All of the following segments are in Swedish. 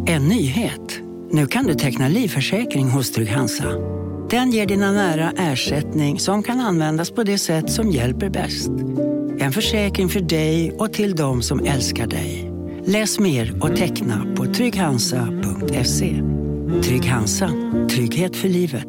En nyhet. Nu kan du teckna livförsäkring hos Trygg-Hansa. Den ger dina nära ersättning som kan användas på det sätt som hjälper bäst. En försäkring för dig och till de som älskar dig. Läs mer och teckna på trygghansa.se. Trygg-Hansa. Trygghet för livet.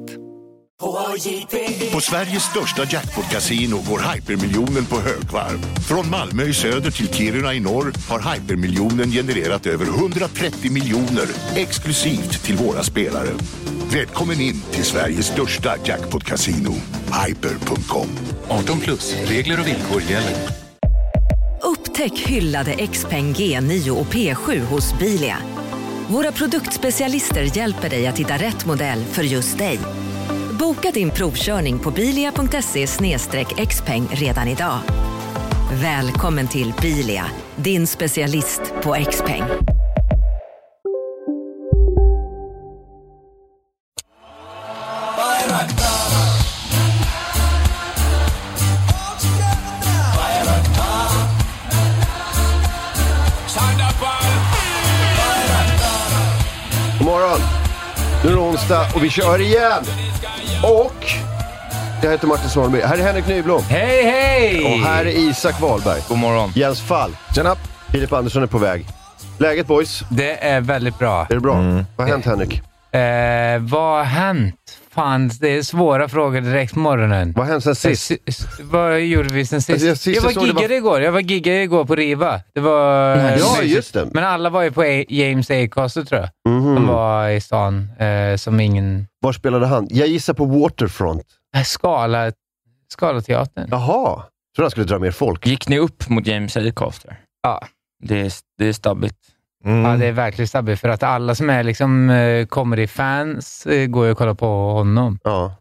På Sveriges största jackpot-casino går hypermiljonen på högvarv. Från Malmö i söder till Kiruna i norr har hypermiljonen genererat över 130 miljoner exklusivt till våra spelare. Välkommen in till Sveriges största jackpot-casino, hyper.com. 18+, regler och villkor gäller. Upptäck hyllade XPeng G9 och P7 hos Bilia. Våra produktspecialister hjälper dig att hitta rätt modell för just dig. Boka din provkörning på bilia.se/xpeng redan idag. Välkommen till Bilia, din specialist på XPeng. God morgon. Nu är det onsdag och vi kör igen. Och jag heter Martin Svanberg. Här är Henrik Nyblom. Hej, hej! Och här är Isak Wahlberg. God morgon. Jens Fall. Tjena. Filip Andersson är på väg. Läget, boys? Det är väldigt bra. Är det bra? Vad har hänt, Henrik? Vad har hänt? Fan, det är svåra frågor direkt på morgonen. Vad har hänt sen sist? Vad gjorde vi sen sist? Jag var giggade igår. Jag var giggade igår på Riva. Det var... Ja, just det. Men alla var ju på James Acaster, tror jag. De var i stan som ingen... Var spelade han? Jag gissar på Waterfront. Skalateatern. Jaha. Tror han skulle dra mer folk. Gick ni upp mot James Acaster? Ja. Det är stabbigt. Ja, det är verkligen stabbigt. För att alla som är liksom comedy-fans går ju och kollar på honom. Ja.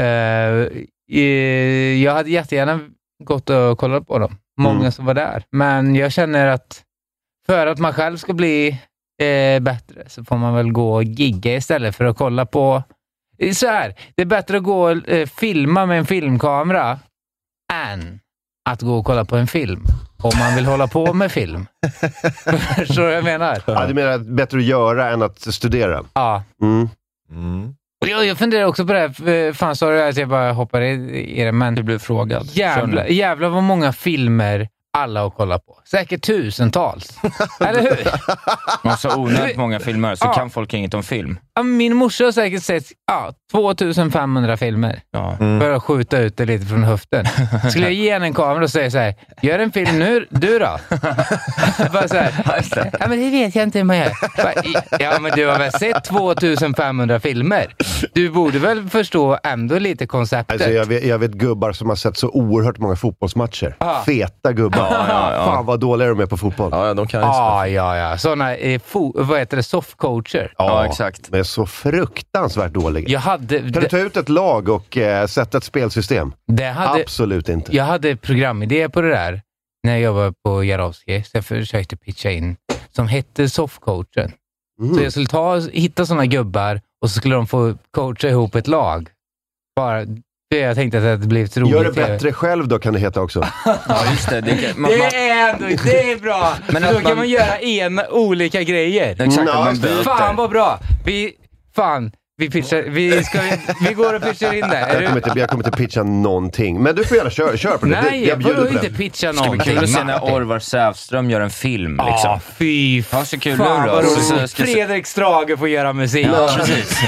Jag hade jättegärna gått och kollat på dem. Många som var där. Men jag känner att för att man själv ska bli bättre så får man väl gå och gigga istället för att kolla på... Så här, det är bättre att gå och filma med en filmkamera än att gå och kolla på en film. Om man vill hålla på med film. Förstår du vad jag menar? Ja, du menar bättre att göra än att studera? Ja. Och jag funderar också på det här. Fan, sa du att jag bara hoppar i det, men... Du blev frågad. Jävlar vad många filmer alla att kolla på. Säkert tusentals. Eller hur? Man har så onödigt många filmer så kan folk inget om film. Ja, min morsa har säkert sett 2500 filmer. Ja. För att skjuta ut det lite från höften. Skulle jag ge henne en kamera och säga så här: gör en film nu, du då? Bara så här, ja, men det vet jag inte hur man gör. Ja, men du har väl sett 2500 filmer? Du borde väl förstå ändå lite konceptet. Alltså jag vet gubbar som har sett så oerhört många fotbollsmatcher. Feta gubbar. Ja. Fan vad dåliga de är på fotboll. Ja, de kan ja. Såna vad heter det? Softcoacher. Ja, exakt. Men så fruktansvärt dåliga. Kan du ta ut ett lag och sätta ett spelsystem? Absolut inte. Jag hade programidé på det där när jag var på Jarowski. Så jag försökte pitcha in som hette Softcoachen. Så jag skulle hitta såna gubbar och så skulle de få coacha ihop ett lag. Bara... Jag tänkte att det hade blivit roligt. Gör det bättre själv då, kan det heta också. Ja, just det. Det är bra. Men då kan man göra olika grejer. Exakt. Fan vad bra. Vi går och pitchar in det. Jag kommer inte pitcha någonting. Men du får gärna köra på det. Nej, jag får inte pitcha någonting. Ska vi kul att se när Orvar Sävström gör en film liksom. Fy fan så kul då. Fredrik Strage får göra musik. Ja, precis.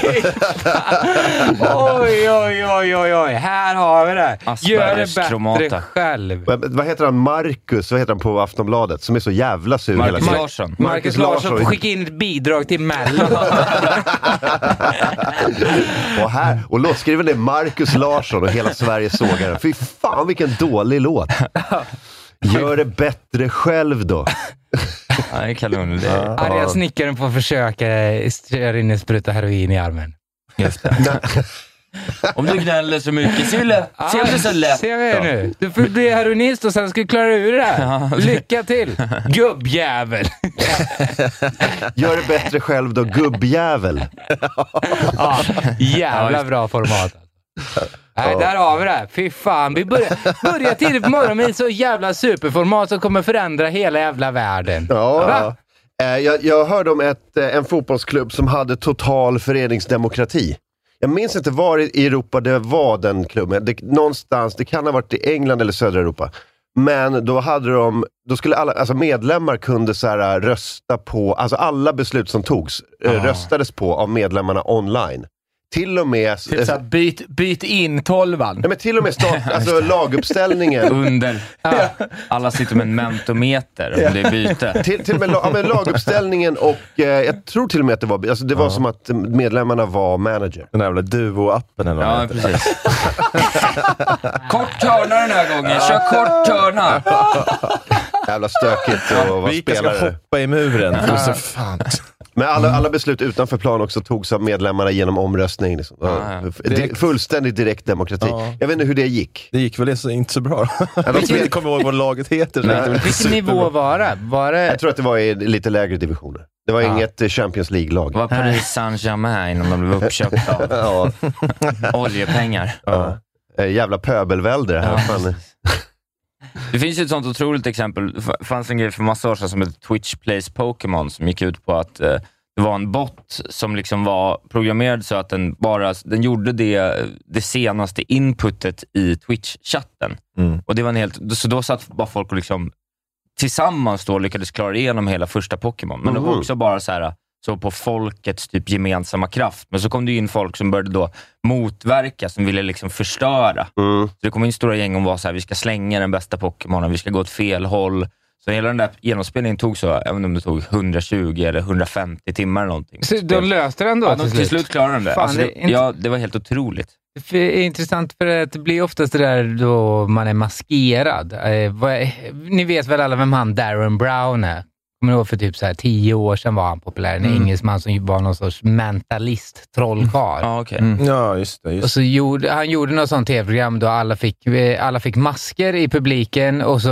Oj. Här har vi det. Gör det bättre kromata. själv. Vad heter han? Marcus? Vad heter han på Aftonbladet? Som är så jävla sur. Marcus Larsson får skicka in ett bidrag till Mello. Och låtskriven är Marcus Larsson och hela Sverige sågar den. Fy fan vilken dålig låt. Gör det bättre själv då. Nej, kanon. Arga snickaren får försöka köra in en spruta heroin i armen. Just det. Om du gnäller så mycket, se om det är så lätt. Se vad är nu. Du får bli heroinist och sen ska du klara ur det här. Lycka till, gubbjävel. Gör det bättre själv då, gubbjävel. Jävla bra format. Nej, där har vi det. Fy fan, vi börjar tidigt på morgonen med en så jävla superformat som kommer förändra hela jävla världen. Ja. Jag hörde om en fotbollsklubb som hade total föreningsdemokrati. Jag minns inte var i Europa det var den klubben. Någonstans, det kan ha varit i England eller södra Europa. Men då skulle alla, alltså medlemmar kunde så här rösta på, alltså alla beslut som togs röstades på av medlemmarna online. Till och med typ så här, byt in 12an. Nej, men till och med alltså laguppställningen under. Alla sitter med en mentometer om det är byte. Till och med laguppställningen och jag tror till och med att det var som att medlemmarna var manager. Den där jävla Duo-appen eller Ja, precis. Kort törna den här gången. Kör kort törna. Jävla stökigt att vara Vilka spelare. ska hoppa i muren? Fan. Men alla beslut utanför plan också togs av medlemmarna genom omröstning. Liksom. Fullständigt direkt demokrati. Ja. Jag vet inte hur det gick. Det gick väl inte så bra. Jag inte kommer ihåg vad laget heter. Vilken nivå var det? Jag tror att det var i lite lägre divisioner. Det var inget Champions League-lag. Det var Paris Saint-Germain innan de blev uppköpta av oljepengar. Jävla pöbelvälde det här. Fan. Det finns ju ett sånt otroligt exempel. Det fanns en grej för massa år sedan som heter Twitch Plays Pokémon som gick ut på att det var en bot som liksom var programmerad så att den gjorde det senaste inputet i Twitch-chatten. Och det var så då satt bara folk och liksom tillsammans då lyckades klara igenom hela första Pokémon. Men det var också bara så på folkets typ gemensamma kraft. Men så kom det in folk som började då motverka, som ville liksom förstöra. Så det kom in stora gäng om var så här: vi ska slänga den bästa Pokémonen, vi ska gå åt fel håll. Så hela den där genomspelningen tog så, även om det tog 120 eller 150 timmar eller någonting. Så de löste den då? Ja, till slut klarade de det. Fan, alltså, det var helt otroligt. Det är intressant för att det blir oftast det där då man är maskerad. Ni vet väl alla vem han Darren Brown är? Kommer ihåg för typ så här 10 år sedan var han populär. En engelsman som var någon sorts mentalist, trollkarl. Ja, just det. Och så han gjorde något sånt tv-program då alla fick masker i publiken och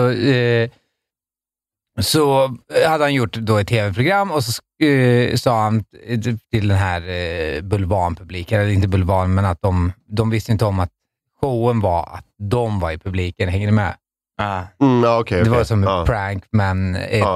så hade han gjort då ett tv-program och så sa han till den här bulvanpubliken, eller inte bulvan, men att de visste inte om att showen var att de var i publiken. Hänger ni med? Okay. Det var som en prank, men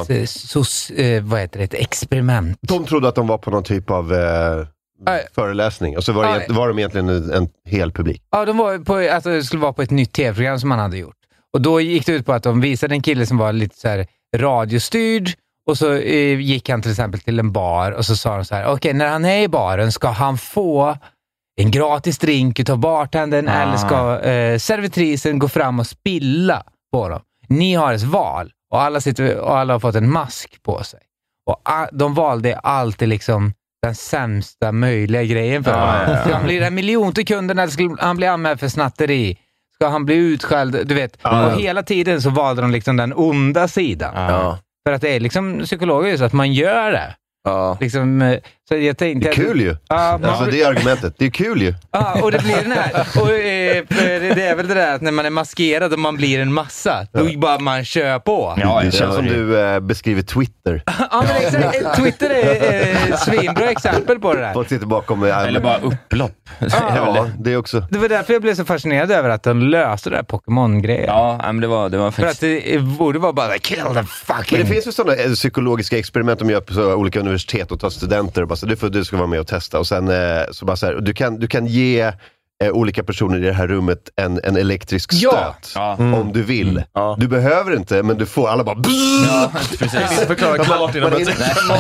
ett experiment. De trodde att de var på någon typ av föreläsning och så var de egentligen en hel publik. Ja, de var att det skulle vara på ett nytt tv-program som man hade gjort. Och då gick det ut på att de visade en kille som var lite så här radiostyrd och så gick han till exempel till en bar och så sa de så här: okej, när han är i baren ska han få en gratis drink utav bartendern eller ska servitrisen gå fram och spilla på dem. Ni har ett val och alla har fått en mask på sig. Och de valde alltid liksom den sämsta möjliga grejen för honom. Ska han bli den miljonte kunden eller ska han bli anmäld för snatteri? Ska han bli utskälld? Du vet. Och hela tiden så valde de liksom den onda sidan. För att det är liksom psykologiskt att man gör det. Liksom, så jag tänkte, det är kul ju. Alltså det är argumentet. Det är kul ju. Och det blir den här. Och det är väl det där att när man är maskerad och man blir en massa, då bara man kör på. Det känns som du beskriver Twitter. Ja, men exakt. Twitter är svinbra exempel på det där. Folk sitter bakom eller bara upplopp. Det är också. Det var därför jag blev så fascinerad över att de löste det där Pokémon-grejen. Ja, men det var faktiskt... För att det borde vara bara kill the fucking... Men det finns ju sådana psykologiska experiment de gör på så olika universitet och tar studenter. Bara så du ska vara med och testa. Och sen så bara så här, du kan ge olika personer i det här rummet en elektrisk stöt om du vill. Du behöver inte, men du får. Alla bara precis. Förklara klart innan det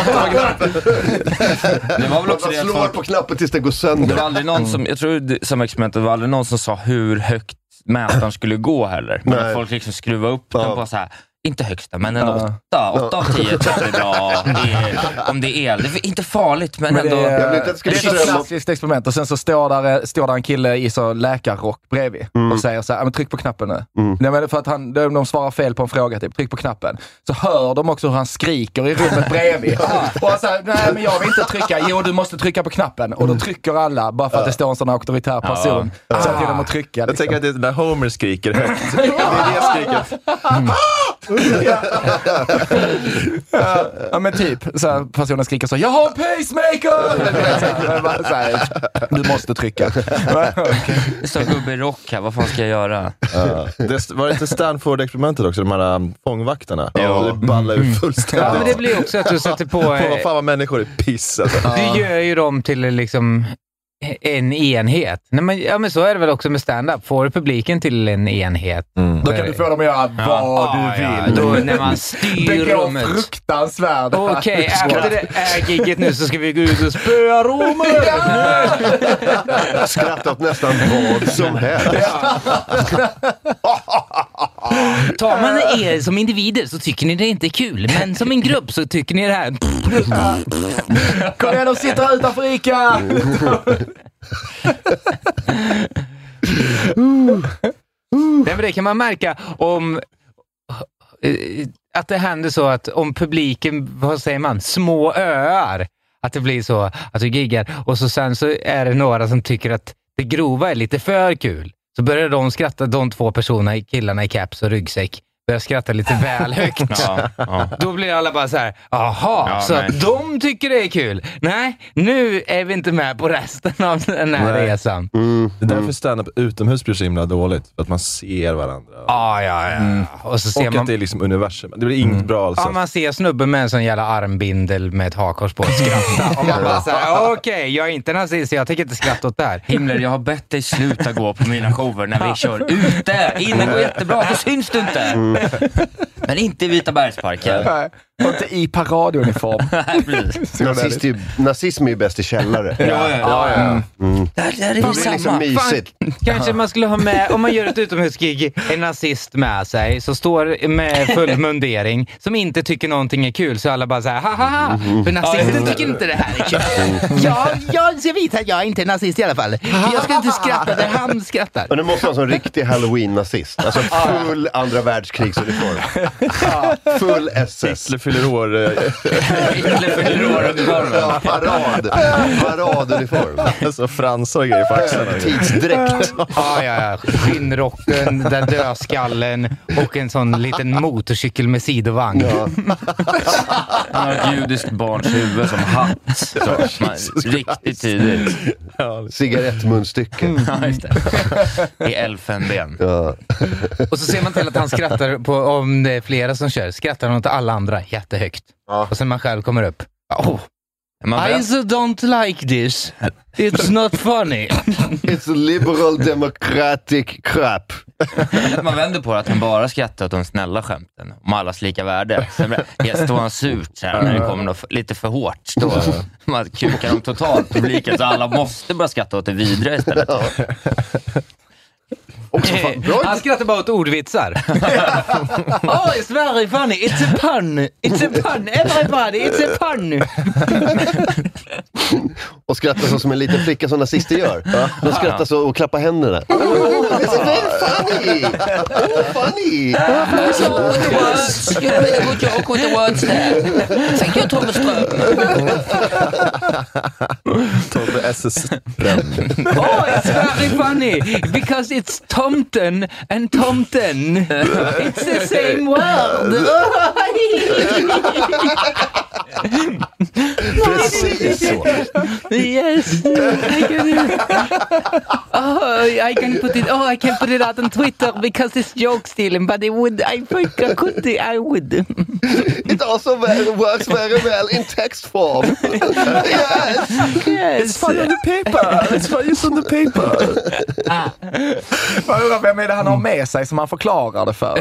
var väl också det att slår på knappen tills den går sönder. Det var aldrig någon som, jag tror som experimentet, det var aldrig någon som sa hur högt mätaren skulle gå heller. Men att folk liksom skruva upp den på så här, inte högsta, men en 8 av 10 är bra. Om det är el. Det är inte farligt, men ändå... Det är ett klassiskt experiment. Och sen så står där en kille i så läkarrock bredvid och säger så här: men tryck på knappen nu. Nej, men för att de svarar fel på en fråga, typ, tryck på knappen. Så hör de också hur han skriker i rummet bredvid. Och han säger, nej men jag vill inte trycka. Jo, du måste trycka på knappen. Och då trycker alla, bara för att det står en sån auktoritär person. Så att de att trycka. Jag tänker att det är när Homer skriker högt. Det är det skriket. Ja, men typ. Så här, personen skriker så, jag har en pacemaker! Så här, du måste trycka. Det står gubbe i rock här, vad fan ska jag göra? Det var inte Stanford-experimentet också, de här fångvakterna? Ja. Det ballar ju fullständigt. Ja, men det blir också att du sätter på... Vad fan vad människor är piss alltså. Du gör ju dem till liksom en enhet. Nej, men, ja, men så är det väl också med stand-up. Får du publiken till en enhet. Då kan du få dem att göra vad du vill. Då, när man styr rummet. Fruktansvärd. Okej, efter det är gigget nu så ska vi gå ut och spöa rummet. Skratta åt nästan vad som helst. Tar man er som individer så tycker ni det inte är kul. Men som en grupp så tycker ni det här. Kom igen, de sitter utanför Ica. Nej, men det kan man märka om att det händer så att om publiken, vad säger man, små öar, att det blir så att du giggar och så sen så är det några som tycker att det grova är lite för kul. Så börjar de skratta, de två personerna, killarna i caps och ryggsäck, börjar skratta lite väl högt. Ja. Då blir alla bara så här, aha, så att de tycker det är kul. Nej, nu är vi inte med på resten av den här resan. Det är därför stand-up utomhus blir så himla dåligt. För att man ser varandra. Och så ser man att det är liksom universum. Det blir inget bra alls. Ja, man ser snubben med en sån jävla armbindel med ett hakkors på och skratta. Och man bara såhär, okej, jag är inte nazist, jag tänker inte skratta åt det här. Himmler, jag har bett dig sluta gå på mina shower när vi kör ute. Inne går jättebra, det syns du inte. Men inte i Vita Bergsparken. Nej, och inte i paraduniform. Nazism är ju bäst i källare. Där är det samma. Liksom mysigt. Kanske man skulle ha med, om man gör ett utomhusgig, en nazist med sig, så står med full mundering, som inte tycker någonting är kul, så alla bara såhär, haha, för nazister tycker inte det här är kul. Jag ser vita, jag är inte nazist i alla fall. Jag ska inte skratta där han skrattar. Men det måste vara en sån riktig Halloween-nazist. Alltså full andra världskrigsuniform. Full SS. Hitler fyller år. uniformen. Paraduniform. Alltså fransar och grejer på axlarna. Tidsdräkt. Ja. Skinnrocken, där dödskallen och en sån liten motorcykel med sidovagn. Ja. Han har ett judiskt barns huvud som hatt. Riktigt tidigt. Cigarettmunstycke. Ja, just det. I elfenben. Ja. Och så ser man till att han skrattar på, om det är flera som kör, skrattar han åt alla andra jättehögt. Ja. Och sen man själv kommer upp. I so don't like this. It's not funny. It's a liberal democratic crap. Man vänder på att han bara skrattar åt de snälla skämten om allas lika värde. Sen står han surt så här, när det kommer något lite för hårt. Då man kukar dem totalt publiken så alla måste bara skratta åt det vidare istället. Han skrattar bara åt ordvitsar. Oh, it's very funny. It's a pun. It's a pun. Everybody, it's a pun. Och skrattar så som en liten flicka som nazister gör. De skrattar så och klappar händerna. It's very funny. Funny. With the words there. Thank you, Thomas Ström. Tobbe SS. Oh, it's very funny. Because it's tomten and tomten. It's the same word. Precis så. Yes. I can put it. I can put it out on Twitter because it's joke stealing. But it would. I think I could. I would. It also works very well in text form. Yes. It's fun on the paper. It's fun just on the paper. Man undrar vem är det han har med sig som han förklarar det för?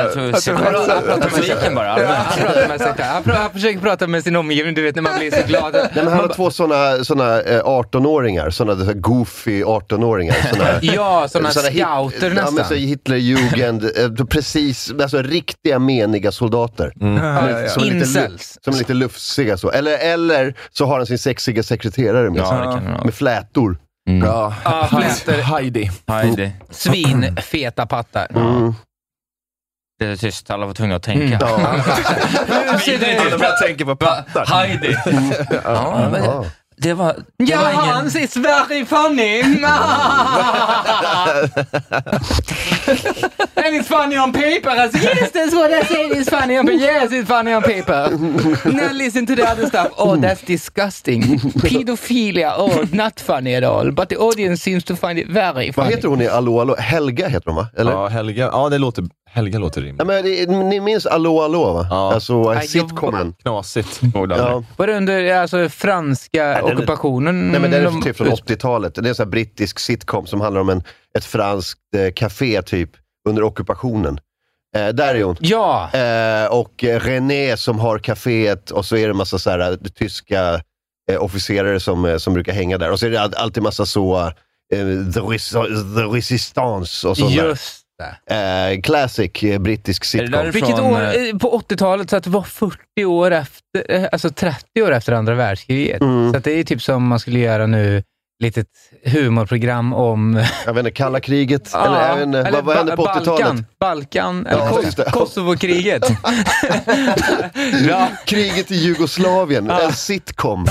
Han försöker prata med sin omgivning, du vet när man blir så glad. Nej, men han har två såna 18-åringar, såna goofy 18-åringar. Såna scouter nästan. Ja, men så Hitlerjugend, precis, alltså riktiga meniga soldater. Som lite lufsiga så. Eller så har han sin sexiga sekreterare med sig. Med flätor. Heidi. Svinfeta pattar. Det är tyst, alla var tvungna att tänka. Jag tänker på pattar. Heidi. Det var Hans is very funny. And it's funny on paper. Yes, that's what I say. It's funny on paper. Yes, it's funny on paper. Now listen to the other stuff. Oh, that's disgusting. Pedophilia. Oh, not funny at all. But the audience seems to find it very funny. Vad heter hon i Allo Allo? Helga heter hon, va? Eller? Ja, Helga. Ja, Helga låter rimligt. Ja, men ni minns Allo Allo, va? Ja. Alltså sitcomen. Knasigt. Ja. Var det under franska ockupationen? Nej, men det är typ från 80-talet. Det är en sån här brittisk sitcom som handlar om ett franskt café typ under ockupationen. Där är hon. Ja. Och René som har caféet, och så är det en massa så här tyska officerare som brukar hänga där. Och så är det alltid massa så the Resistance och sånt. Just där. Classic brittisk sitcom. Vilket år? På 80-talet, så att det var 40 år efter, alltså 30 år efter andra världskriget. Så att det är typ som man skulle göra nu, litet humorprogram om... Jag vet inte, kalla kriget. Eller vad hände på 80-talet? Balkan, eller Kosovo-kriget. Kriget i Jugoslavien, en sitcom.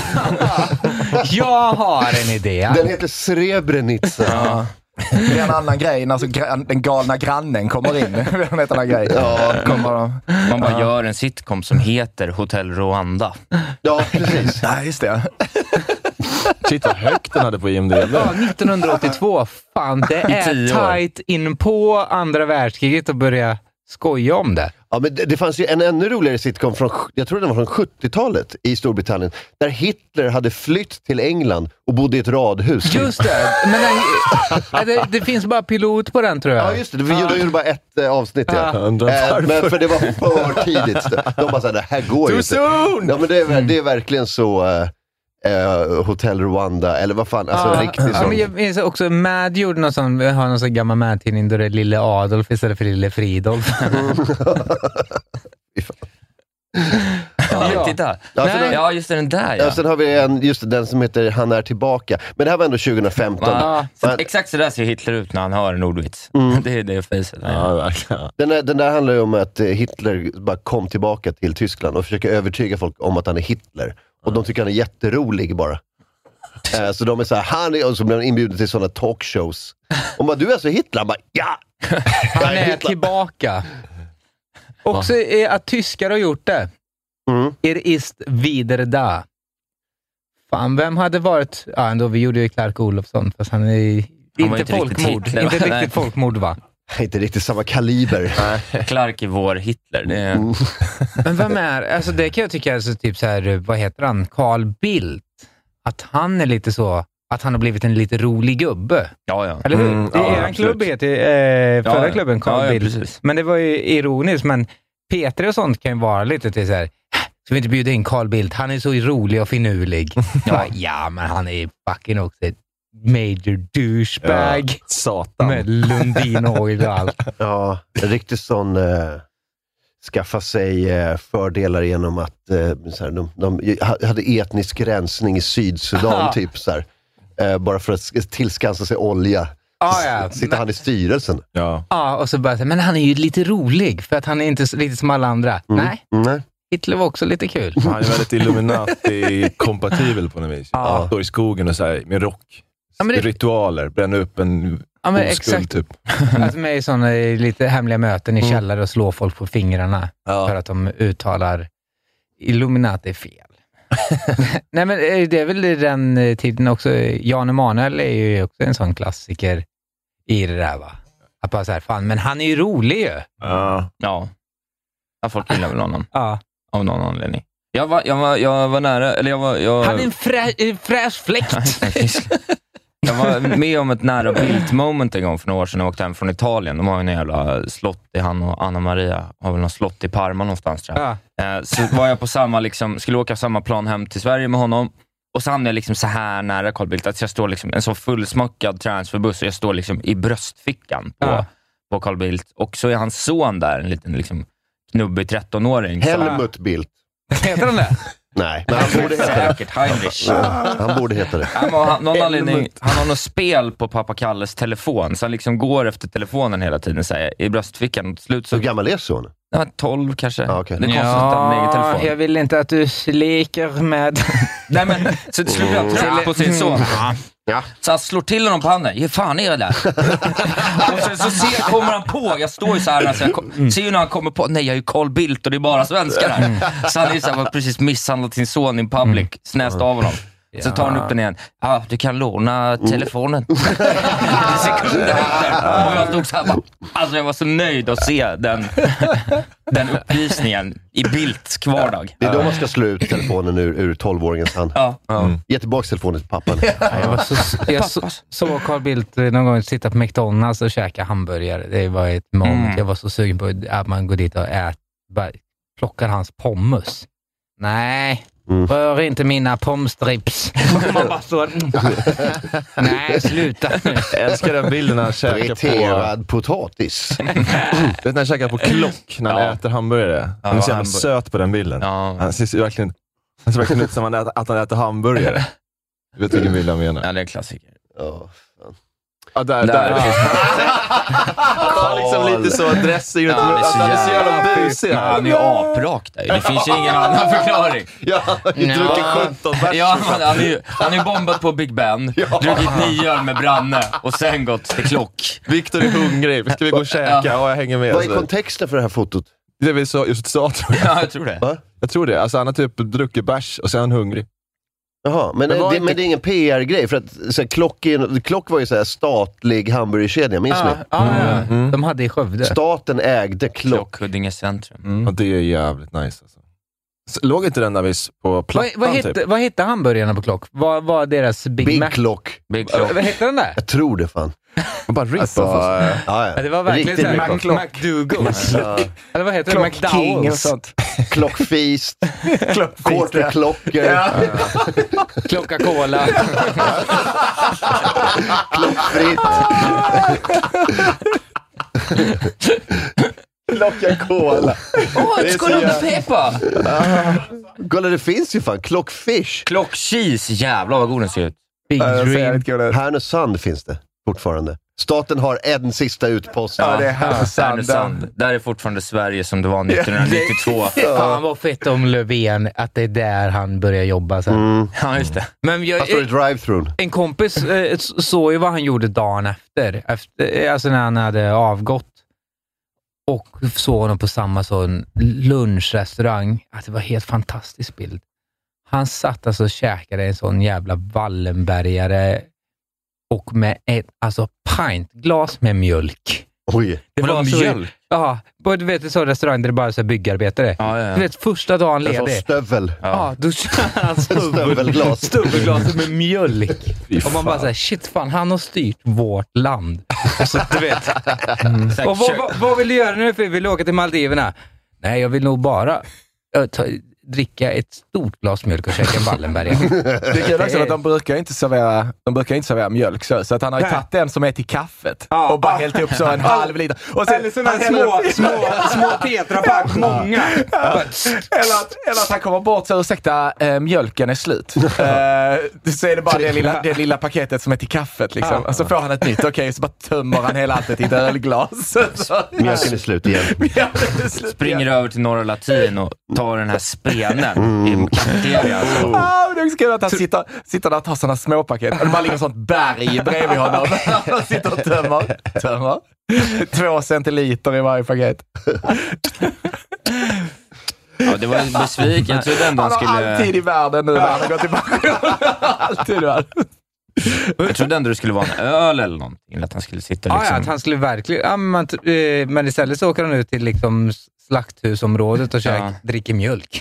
Jag har en idé. Den heter Srebrenica. Det är en annan grej när den galna grannen kommer in. En annan grej. Ja, man bara gör en sitcom som heter Hotel Rwanda. Ja, precis. Nej, just det. Shit, vad högt den hade på IMDb. Ja, 1982. Fan, det är tight in på andra världskriget och börja skoja om det. Ja, men det fanns ju en ännu roligare sitcom från, jag tror den var från 70-talet i Storbritannien, där Hitler hade flytt till England och bodde i ett radhus. Just det, men det finns bara pilot på den, tror jag. Ja, just det. Vi gjorde bara ett avsnitt. Men för det var för tidigt. De bara sa, det här går ju inte. Soon! Ja, men det är verkligen så... Hotel Rwanda, eller vad fan, alltså riktigt sånt. Men jag minns också, Mad gjorde någon sån, har någon sån gammal Mad-tidning där det är Lille Adolf istället för Lille Fridolf. Titta. Ja, just den där. Ja, sen har vi just den som heter Han är tillbaka. Men det här var ändå 2015. Exakt så där ser Hitler ut när han har en ordvits. Det är det facet. Den där handlar ju om att Hitler bara kom tillbaka till Tyskland och försöker övertyga folk om att han är Hitler. Och de tycker han är jätterolig bara. Så de är så här, och så blir han inbjuden till sådana talkshows. Och bara, du är så Hitler? Han bara, ja! Han är tillbaka. Också är att tyskar har gjort det. Ist wieder da. Fan, vem hade varit... Ja, ändå, vi gjorde ju Clark Olofsson, fast han är inte folkmord. Inte riktigt folkmord, va? Inte riktigt samma kaliber. Clark är vår Hitler. Det är... Men vem är... Alltså det kan jag tycka är så typ så här, vad heter han? Carl Bildt. Att han är lite så... Att han har blivit en lite rolig gubbe. Ja. Eller hur? Er klubb heter förra klubben, Carl Bildt. Precis. Men det var ju ironiskt, men Peter och sånt kan ju vara lite till så här... Ska vi inte bjuda in Carl Bildt? Han är så rolig och finurlig. Ja, men han är fucking också ett major douchebag. Satan. Med Lundin Oil och allt. Ja, en riktigt sån skaffa sig fördelar genom att så här, de hade etnisk rensning i Sydsudan typ så här, bara för att tillskansa sig olja. Sitter han i styrelsen? Ja, och så bara, men han är ju lite rolig för att han är inte lite som alla andra. Nej. Hitler var också lite kul. Han är väldigt Illuminati-kompatibel på något vis. Står i skogen och så här, med rock. Ritualer, bränna upp en oskuld typ. Att med i sådana lite hemliga möten i källare och slå folk på fingrarna för att de uttalar Illuminati fel. Nej, men det är väl den tiden också. Jan Emanuel är ju också en sån klassiker i det där, va? Att bara så här, fan, men han är ju rolig ju. Ja, folk gillar väl honom. Ja. Av någon anledning. Jag var nära, eller jag... Han är en fräsch fläkt. Jag var med om ett nära Bildt-moment en gång för några år sedan. Jag åkte hem från Italien. De har ju en jävla slott i han och Anna Maria. Har väl någon slott i Parma någonstans, tror jag. Så var jag på samma, skulle åka samma plan hem till Sverige med honom. Och så hamnade jag liksom så här nära Carl Bildt att jag står liksom en så fullsmockad transferbuss och jag står liksom i bröstfickan på Carl Bildt. Och så är hans son där, en liten liksom knubbig 13-åring. Helmut Bildt. Heter han det? Nej, men han borde heta det. Säkert Heinrich. Han borde heta det. Någon anledning, han har något spel på pappa Kalles telefon, så han liksom går efter telefonen hela tiden, säger i bröstfickan. Och till slut så... Hur gammal är sonen? Ja, 12 kanske. Ja, okay. Det kostar en egen telefon. Jag vill inte att du leker med... Nej, men så slutar han trycka på sin son. Ja. Så han slår till honom på handen. Ge fan är det där. Och sen så kommer han på. Jag står ju så här. Alltså, ser ju när han kommer på. Nej, jag är ju Carl Bildt och det är bara svenskar här. Så han är så här, var precis misshandlat sin son in public. Snäst av honom. Så tar han upp den igen. Ja, du kan låna telefonen. Sekunder efter. Och jag stod så här bara, alltså jag var så nöjd att se den upplysningen i Bildts vardag. Det är då man ska slå ut telefonen ur 12-åringens hand. Ge tillbaka telefonen till pappan. Jag såg Carl Bildt någon gång sitta på McDonalds och käka hamburgare. Det var ett moment. Jag var så sugen på att man går dit och plockar hans pommes. Nej. Rör inte mina pomstrips. Man bara står... Nej, sluta. Jag älskar den bilden när han käkar friterad potatis. Du vet när han käkar på klock när han äter hamburgare. Han är så jävla söt på den bilden. Han ser verkligen ut som att han äter hamburgare. Du vet vilken bild han menar. Ja, det är en klassiker. Ja, där. Han var liksom lite så dressig. Han är så jävla busig. Han är ju aprak där. Det finns ju ingen annan förklaring. Ja, han har ju druckit 17 bärs. Ja, han är ju bombat på Big Ben. Druckit 9 öl med Branne. Och sen gått till klock. Viktor är hungrig. Ska vi gå och käka? Ja, jag hänger med. Vad är kontexten för det här fotot? Det vi just sa, tror jag. Ja, jag tror det. Va? Jag tror det. Alltså han har typ druckit bärs och sen är han hungrig. Jaha, men det är ingen PR-grej. För att så här, Klock var ju så här statlig hamburgerkedja, minns ni? De hade i Skövde. Staten ägde Klock. Huddinge centrum. Och det är jävligt nice alltså. Låg inte den där vis på plattan vad hette hamburgarna på Klock? Vad var deras Big Mac? Klock. Vad hette den där? Jag tror det fan. Bara rip alltså, det var verkligen såhär McDougal. Eller vad heter det? McDowells och sånt. Klockfeast. Quarterklockor. Klocka-cola. Klockfritt. Klocka-cola. Skål upp peppa! Kolla, det finns ju fan. Klockfish. Klockcheese. Jävlar vad god den ser ut. Big Dream. Härnösand finns det fortfarande. Staten har en sista utpost. Ja, det är Härnösand. Där är fortfarande Sverige som det var 1992. Fan vad fett om Löfven, att det är där han börjar jobba sen. Ja, just det. Men en kompis såg ju vad han gjorde dagen efter. Alltså när han hade avgått. Och såg honom på samma sån lunchrestaurang. Att det var helt fantastisk bild. Han satt alltså och käkade en sån jävla Wallenbergare och med ett pintglas med mjölk. Oj. Det var mjölk? Ja, du vet en sån restaurang där det bara är så byggarbetare. Ja. Du vet, första dagen ledig. Stövel. Ja, då kör han stövelglas med mjölk. Och man bara säger, shit fan, han har styrt vårt land. Alltså, du vet. Och vad vill du göra nu? För vill du åka till Maldiverna? Nej, jag vill nog bara dricka ett stort glas mjölk och käka en Wallenberg. Det är också att de brukar inte servera mjölk så att han har ju tagit den som är till kaffet och bara hällt upp så en halv liter. Och sen eller sådana små tetrapack, många. Eller att han kommer bort så ursäkta, mjölken är slut. Så är det bara det lilla paketet som är till kaffet liksom. Och så får han ett nytt, så bara tömmer han hela allt i ett ölglas. Mjölken är slut igen. Springer över till Norra Latin och tar den här sprenen i kafeteria. Det är kul att han sitter där och tar sådana småpaket. Och det bara ligger ett sånt berg bredvid honom. Han sitter och tömmer. 2 centiliter i varje paket. Ja, det var besviken. Jag trodde ändå han skulle... alltid i världen nu när han har gått i pension. Alltid i världen. Jag trodde ändå det skulle vara en öl eller någonting. Att han skulle sitta liksom... Ja, att han skulle verkligen... Ja, men istället så åker han ut till liksom slakthusområdet och dricker mjölk.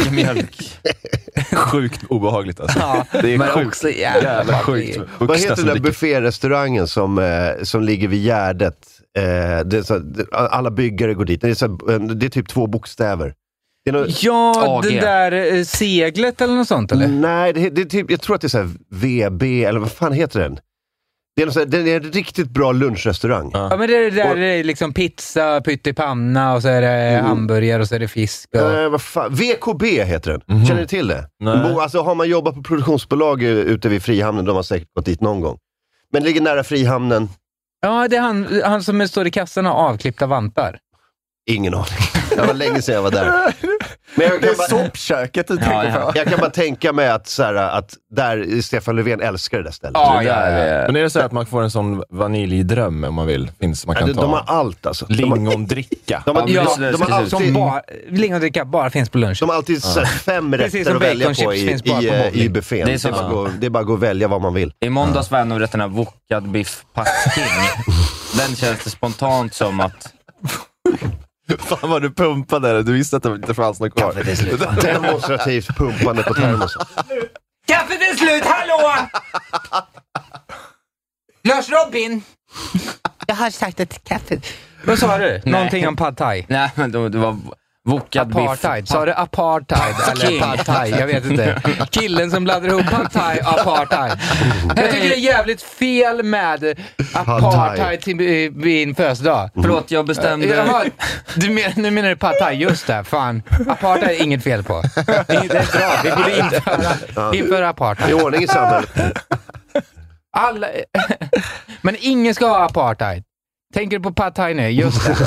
Sjukt obehagligt alltså. Ja, det är men sjukt. Också jävla sjukt. Vad heter den där bufférestaurangen som ligger vid Gärdet? Alla byggare går dit. Det är typ 2 bokstäver. Det där seglet eller något sånt, eller? Nej, det är typ, jag tror att det är så här VB, eller vad fan heter den? Det är en riktigt bra lunchrestaurang. Ja, men det är liksom pizza, pyttipanna och så är det hamburgare och så är det fisk. Vad fan? VKB heter den. Känner ni till det? Alltså har man jobbat på produktionsbolag ute vid Frihamnen, de har säkert gått dit någon gång. Men ligger nära Frihamnen. Ja, det är han som står i kassan och avklippta vantar. Ingen aning. Det var länge sedan jag var där. Men det är soppköket du tänker på. Jag kan bara tänka mig att där Stefan Löfven älskar det där stället. Men är det så att man får en sån vaniljdröm om man vill? Man kan de har allt alltså. Lingondricka. Lingondricka bara finns på lunch. De har alltid 5 rätter att välja på i buffén. Det är bara att gå och välja vad man vill. I måndags var en av rätterna wokad biff pasking. Den känns det spontant som att... Fan vad du pumpade. Du visste att det inte fanns något kvar. Demonstrativt pumpande på termos. Kaffet är slut, hallå! Lars Robin! Jag har sagt att kaffet... Vad sa du? Någonting om pad thai? Nej, men det var wokad apartheid. Sa du apartheid eller pad thai? Jag vet inte. Killen som blandar ihop pad thai och apartheid. Jag tycker det är jävligt fel med apartheid till min födelsedag. Förlåt, jag bestämde... Nu menar du pad thai, just det. Fan, apartheid är inget fel på. Det är bra, vi borde införa apartheid. I ordning i samhället. Men ingen ska ha apartheid. Tänker du på pad thai nu? Just det.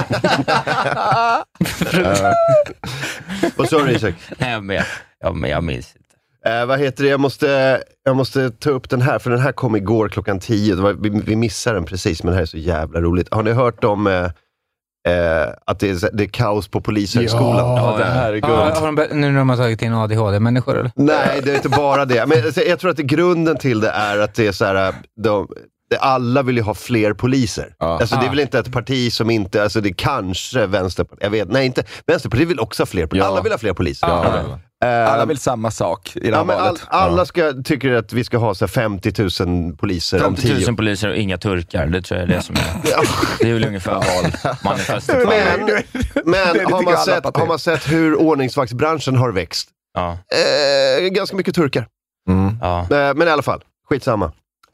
Vad sa du, Isak? Jag minns inte. Vad heter det? Jag måste ta upp den här, för den här kom igår klockan 10. Vi missade den precis, men det här är så jävla roligt. Har ni hört om att det är kaos på polishögskolan? Ja, det här är guld. Nu när de har tagit in ADHD-människor, eller? Nej, det är inte bara det. Men jag tror att grunden till det är att det är så här... Alla vill ju ha fler poliser. Alltså det är väl inte ett parti som inte, alltså det är kanske Vänsterpartiet, jag vet, nej inte, Vänsterpartiet vill också ha fler poliser. Alla vill ha fler poliser. Alla vill samma sak i det här valet. Alla tycker att vi ska ha så 50 000 poliser 50 000 poliser och inga turkar, det tror jag är det som är. Det är väl ungefär valmanifestet. Men har man sett hur ordningsvaktsbranschen har växt? Ganska mycket turkar. Men i alla fall, skitsamma.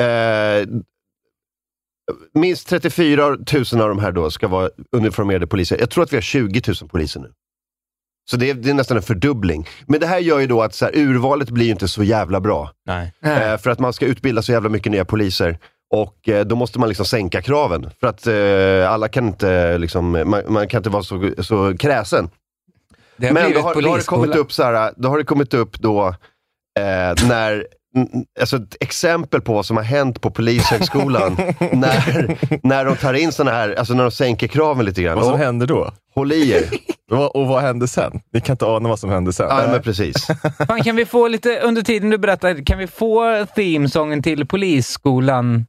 Minst 34 000 av de här då ska vara uniformerade poliser. Jag tror att vi har 20 000 poliser nu. Så det är nästan en fördubbling. Men det här gör ju då att så här, urvalet blir inte så jävla bra. Nej. För att man ska utbilda så jävla mycket nya poliser. Och då måste man liksom sänka kraven. För att alla kan inte liksom, man kan inte vara så kräsen. Men då har det kommit upp så här, då har det kommit upp då när alltså ett exempel på vad som har hänt på polishögskolan när de tar in såna här, alltså när de sänker kraven lite grann. Vad som händer då? Håll i er. Och vad hände sen? Ni kan inte ana vad som hände sen. Ja, men precis. Fan, kan vi få lite, under tiden du berättar, kan vi få themesången till polisskolan?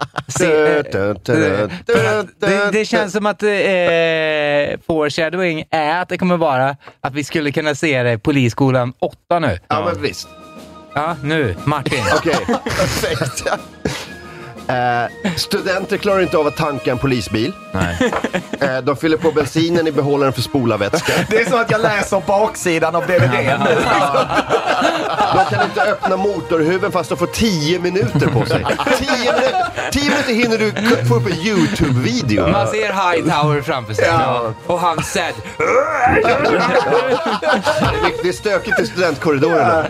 Det känns som att foreshadowing är att det kommer vara att vi skulle kunna se det polisskolan 8 nu. Ja, men visst. Ja, nu. Martin. Okej, perfekt. Studenter klarar inte av att tanka en polisbil. Nej. De fyller på bensinen i behållaren för spolarvätska. Det är så att jag läser baksidan av DVD. De kan inte öppna motorhuven fast de får 10 minuter på sig. 10 minuter hinner du få upp en YouTube-video. Man ser Hightower framför sig. Ja. Och han said. Det är stökigt i studentkorridorerna.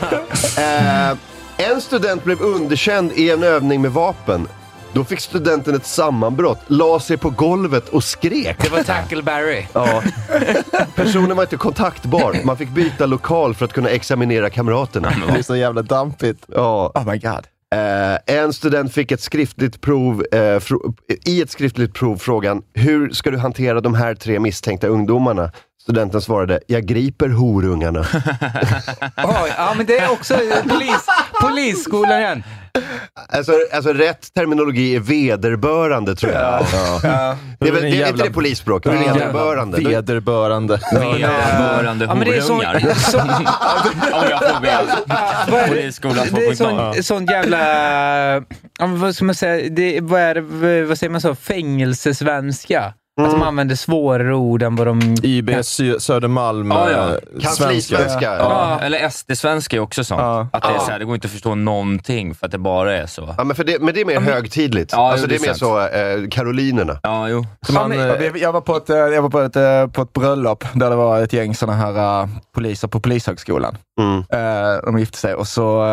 En student blev underkänd i en övning med vapen. Då fick studenten ett sammanbrott, la sig på golvet och skrek. Det var Tackleberry. Ja. Personen var inte kontaktbar. Man fick byta lokal för att kunna examinera kamraterna. Det är så jävla dampigt. Ja. Oh my god. En student fick ett skriftligt prov i ett skriftligt prov frågan: hur ska du hantera de här 3 misstänkta ungdomarna? Studenten svarade: jag griper horungarna. Ja, men det är också polisskolan igen. Alltså rätt terminologi är vederbörande, tror jag. Ja. Det är inte det polisspråk. Vederbörande. Vederbörande horungar. Om jag får be polisskolan 2.0. Det är sån jävla... vad ska man säga? Vad säger man så? Fängelsesvenska. Att de använder svårare ord än vad de... IB Södermalm kanslisvenska. Ja. Eller SD-svenska är också sånt. Att det är så här, det går inte att förstå någonting för att det bara är så. Ja, men det är mer högtidligt. Alltså det är mer så Karolinerna. Ja, jo. Jag var på ett bröllop där det var ett gäng såna här poliser på polishögskolan. De gifte sig och så...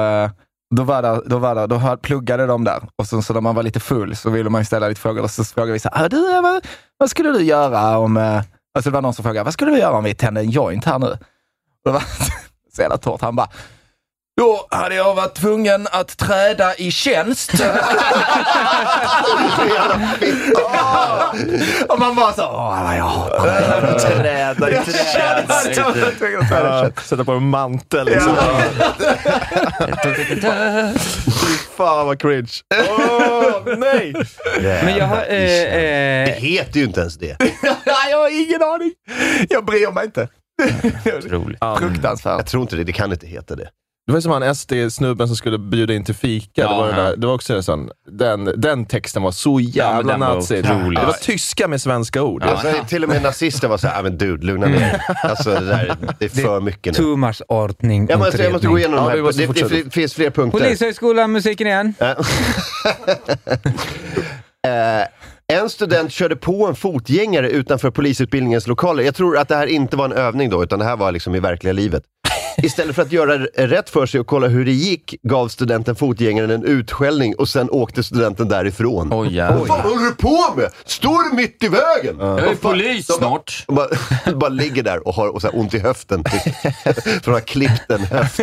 Då pluggade de där. Och så när man var lite full så ville man ställa lite frågor. Och så frågade vi så här: vad skulle du göra om Alltså det var någon som frågade, vad skulle vi göra om vi tände en joint här nu? Och det var så jävla torrt. Han bara, då hade jag varit tvungen att träda i tjänst. Och man bara så, vad jag hatar träda i tjänst. Sätta på en mantel liksom. Fan vad cringe. Nej. Men jag har... Det heter ju inte ens det. Jag har ingen aning. Jag bryr mig inte. Otroligt. Fruktansvärt. Jag tror inte det kan inte heta det. Det var som han SD-snubben som skulle bjuda in till fika. Ja, det var också en sån. Den texten var så jävla nazi. Det var tyska med svenska ord. Ja. Alltså, till och med nazister var så här, men dude, lugna ner. Alltså det är för mycket nu. Too much ordning. Jag måste gå igenom de här. Det finns fler punkter. Polishögskolan, musiken igen. En student körde på en fotgängare utanför polisutbildningens lokaler. Jag tror att det här inte var en övning då, utan det här var liksom i verkliga livet. Istället för att göra rätt för sig och kolla hur det gick, gav studenten fotgängaren en utskällning och sen åkte studenten därifrån. Vad håller du på med? Står du mitt i vägen? Jag är polis snart. Bara ligger där och har så här ont i höften. För att ha klippt en höft.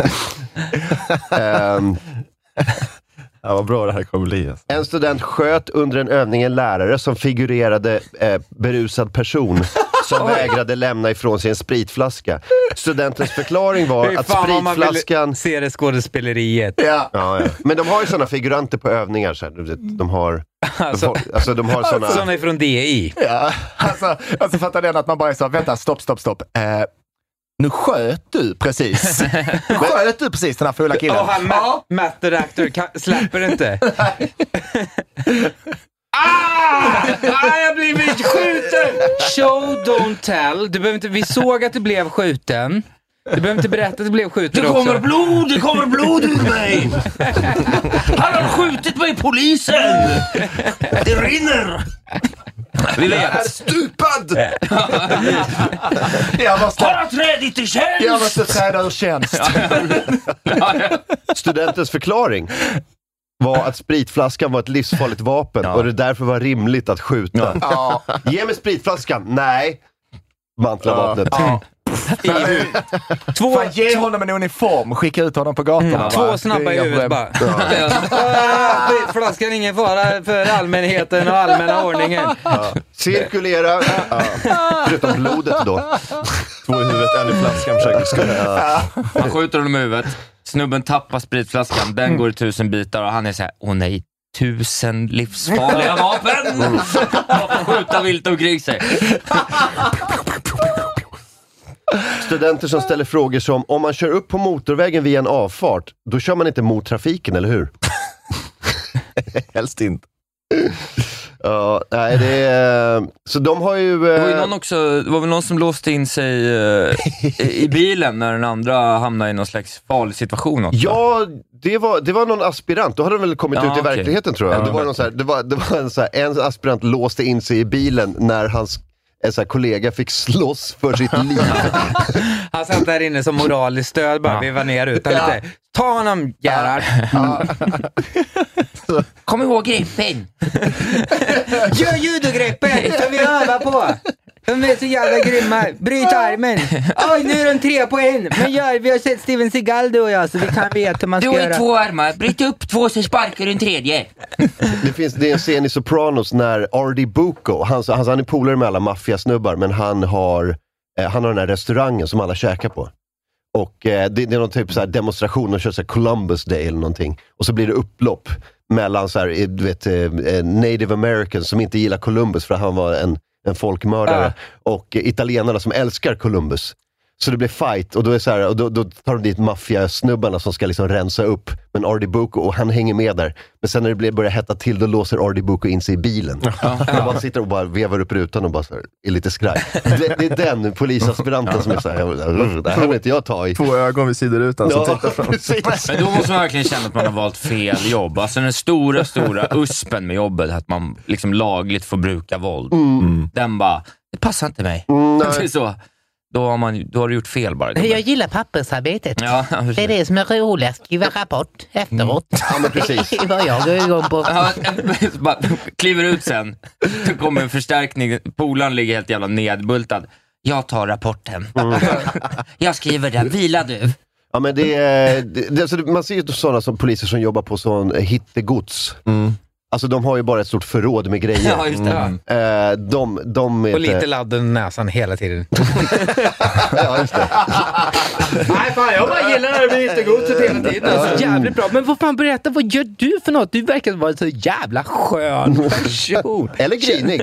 Ja, vad bra det här kommer bli. Alltså. En student sköt under en övning en lärare som figurerade berusad person som vägrade lämna ifrån sig en spritflaska. Studentens förklaring var att spritflaskan... Ser det skådespeleriet. Ja. Men de har ju sådana figuranter på övningar. Så här. De har sådana... Sådana ifrån DI. Ja, alltså fattar den att man bara är så, vänta, stopp. Nu sköt du precis. Sköt du precis den här fulla killen. Och han Matt Actor släpper inte. Jag blev skjuten. Show, don't tell. Du behöver inte, vi såg att du blev skjuten. Du behöver inte berätta att du blev skjuten. Det kommer blod ur mig. Han har skjutit mig, polisen. Det rinner. Vi är stupad! Bara trädigt i tjänst! Jag måste träda ur tjänst. Studentens förklaring var att spritflaskan var ett livsfarligt vapen och det därför var rimligt att skjuta. Ge mig spritflaskan. Nej. Mantlavapnet. Ge honom en uniform, skicka ut honom på gatan. 2 snabba i huvudet bara. Flaskan är ingen fara för allmänheten och allmänna ordningen. Cirkulera. Förutom blodet då. 2 i huvudet, en i flaskan försöker Han skjuter honom i huvudet. Snubben tappar spritflaskan. Den går i 1000 bitar och han är så här: åh nej, 1000 livsfarliga vapen. Skjuta vilt omkring sig. Studenter som ställer frågor som: om man kör upp på motorvägen via en avfart, då kör man inte mot trafiken, eller hur? Helst inte. Ja, nej, det är... Så de har ju... Det var ju någon också, det var väl någon som låste in sig i bilen när den andra hamnade i någon slags farlig situation också. Ja, det var någon aspirant. Då hade de väl kommit ut i verkligheten, tror jag. Det var någon så här, det var en aspirant låste in sig i bilen när hans kollega fick slåss för sitt liv. Han satt där inne som moraliskt stöd, bara vi var ner utan lite. Ta honom, Gerhard. Kom ihåg greppen. Gör judogreppen som vi övar på. De är så jävla grymma. Bryt armen. Oj, nu är de 3 på 1. Men vi har sett Steven Seagal, du och jag, så vi kan veta hur man ska göra. Du har 2 armar. Bryt upp 2 så sparkar du en 3:e. Det är en scen i Sopranos när R.D. Bucco, han är polare med alla maffiasnubbar, men han har den här restaurangen som alla käkar på. Och det är någon typ så här demonstration, och kör så här Columbus Day eller någonting. Och så blir det upplopp mellan så här, du vet, Native Americans som inte gillar Columbus för han var en folkmördare, och italienarna som älskar Columbus. Så det blir fight, och då är så här, och då tar de dit maffiasnubbarna som ska liksom rensa upp. Men R.D. Bucco, och han hänger med där. Men sen när det börjar hetta till, då låser R.D. Bucco in sig i bilen. Och man sitter och bara vevar upp rutan och bara så här, är lite skraj. Det är den polisaspiranten som är så här, det här vill inte jag ta i. 2 ögon vid sidorutan som tittar fram. Men då måste man verkligen känna att man har valt fel jobb. Alltså den stora uspen med jobbet, att man liksom lagligt får bruka våld. Den bara, det passar inte mig. Det är så. då har du gjort fel bara. Jag gillar pappersarbetet. Ja, det är det som är roligt. Skriva rapport efteråt. Ja, men precis. Det var jag går igång på. Bara kliver ut sen. Då kommer en förstärkning. Polaren ligger helt jävla nedbultad. Jag tar rapporten. Jag skriver den. Vila du. Ja, men alltså, man ser ju sådana som poliser som jobbar på sån hittegods. Alltså de har ju bara ett stort förråd med grejer. Ja, just det. De är och lite ladden näsan hela tiden. Ja, just det. Nej fan, jag bara gillar när det blir hittegodset hela tiden. Alltså, jävligt bra. Men vad fan, berätta, vad gör du för något? Du verkar vara så jävla skön person. Eller grinig.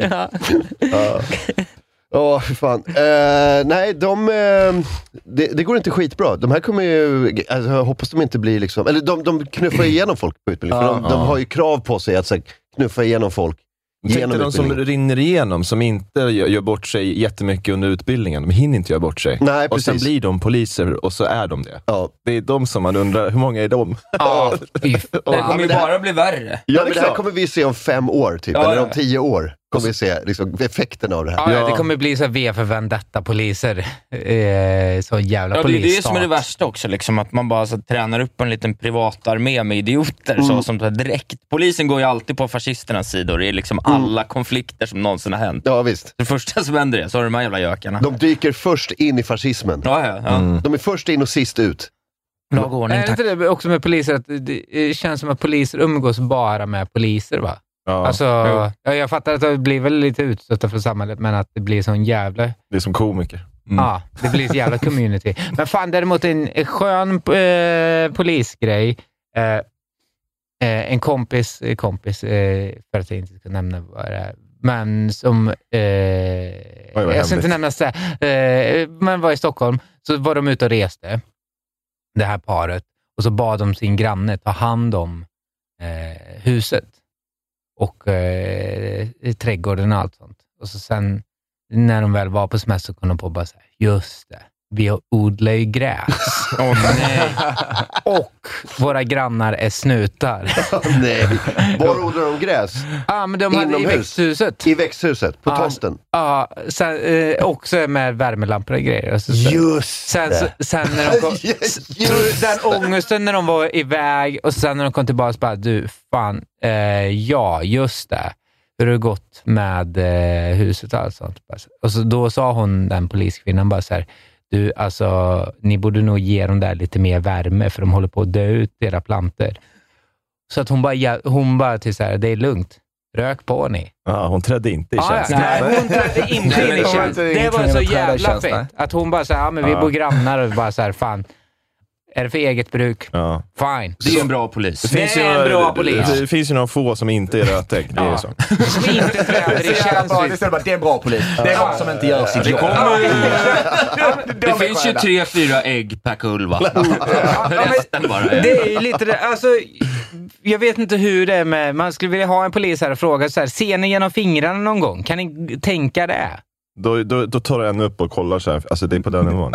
För fan. Nej, det går inte skitbra. De här kommer ju, alltså, jag hoppas de inte blir liksom, eller de knuffar igenom folk på utbildning. För de har ju krav på sig att så, knuffa igenom folk. Tänk dig de som rinner igenom, som inte gör bort sig jättemycket under utbildningen. De hinner inte göra bort sig. Nej, och sen blir de poliser och så är de det. Ja. Det är de som man undrar, hur många är de? Ja, det kommer ju bara bli värre. Ja, men det här kommer vi se om 5 år typ, eller om 10 år. Kommer vi se liksom, effekten av det här. Ja, det kommer bli så V för Vendetta-poliser. Så jävla polisstat. Det är det som är det värsta också, liksom, att man bara så tränar upp en liten privatarmé med idioter så, som tar direkt. Polisen går ju alltid på fascisternas sidor. Det är liksom alla konflikter som någonsin har hänt. Ja, visst. Det första som händer så har de här jävla gökarna. De dyker först in i fascismen. Ja. De är först in och sist ut. Är inte det också med poliser att det känns som att poliser umgås bara med poliser, va? Ja. Alltså, jag fattar att det blir väl lite utstötta för samhället, men att det blir sån jävla... Det är som komiker. Ja, det blir ett jävla community. Men fan, däremot en skön polisgrej. En kompis, för att jag inte ska nämna vad det är, men som... jag ska inte nämna så men var i Stockholm, så var de ute och reste, det här paret, och så bad de sin granne ta hand om huset och trädgården och allt sånt. Och så sen när de väl var på semester kunde de på bara säga, just det, vi odlar ju gräs. Nej. Och våra grannar är snutar. Nej. Var odlar de gräs? Ja, men de hade i växthuset. I växthuset, på tomten. Ja, sen, också med värmelampor och grejer. Och så, just sen när de kom, den ångesten när de var iväg, och sen när de kom tillbaka så bara, du, fan, ja, just det. Hur har det gått med huset och allt sånt? Och så, då sa hon, den poliskvinnan, bara så här, du, alltså, ni borde nog ge dem där lite mer värme, för de håller på att dö ut era plantor. Så att hon bara till så här, det är lugnt. Rök på ni. Ja, hon trädde inte i tjänst. Nej, hon trädde inte in i tjänst. Det var så jävla fett. Att hon bara så här, ja, men vi bor grannar, och bara så här, fan. Är det för eget bruk? Ja. Fine. Det är en bra polis. Det finns ju några få som inte är rötägg. Det är så. Som inte träder i tjänst. Det är en bra polis. Det är de som inte gör sitt jobb. Det finns ju 3-4 ägg per kulva. Resten bara är. Det är ju lite det. Alltså, jag vet inte hur det är med... Man skulle vilja ha en polis här och fråga så här, ser ni genom fingrarna någon gång? Kan ni tänka det? Då tar du en upp och kollar så här. Alltså det är på den nivån.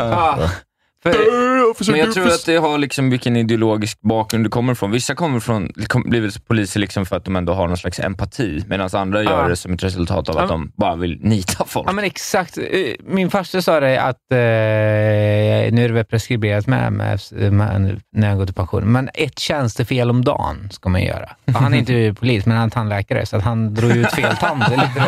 Men jag tror att det har liksom vilken ideologisk bakgrund du kommer från. Vissa blir väl poliser liksom för att de ändå har någon slags empati, medan andra gör det som ett resultat av att de bara vill nita folk. Ja, men exakt. Min farsa sa det att nu är det väl preskriberat med när jag går till pension. Men ett tjänstefel om dagen ska man göra. Han är inte polis, men han är tandläkare, så att han drog ut fel tand.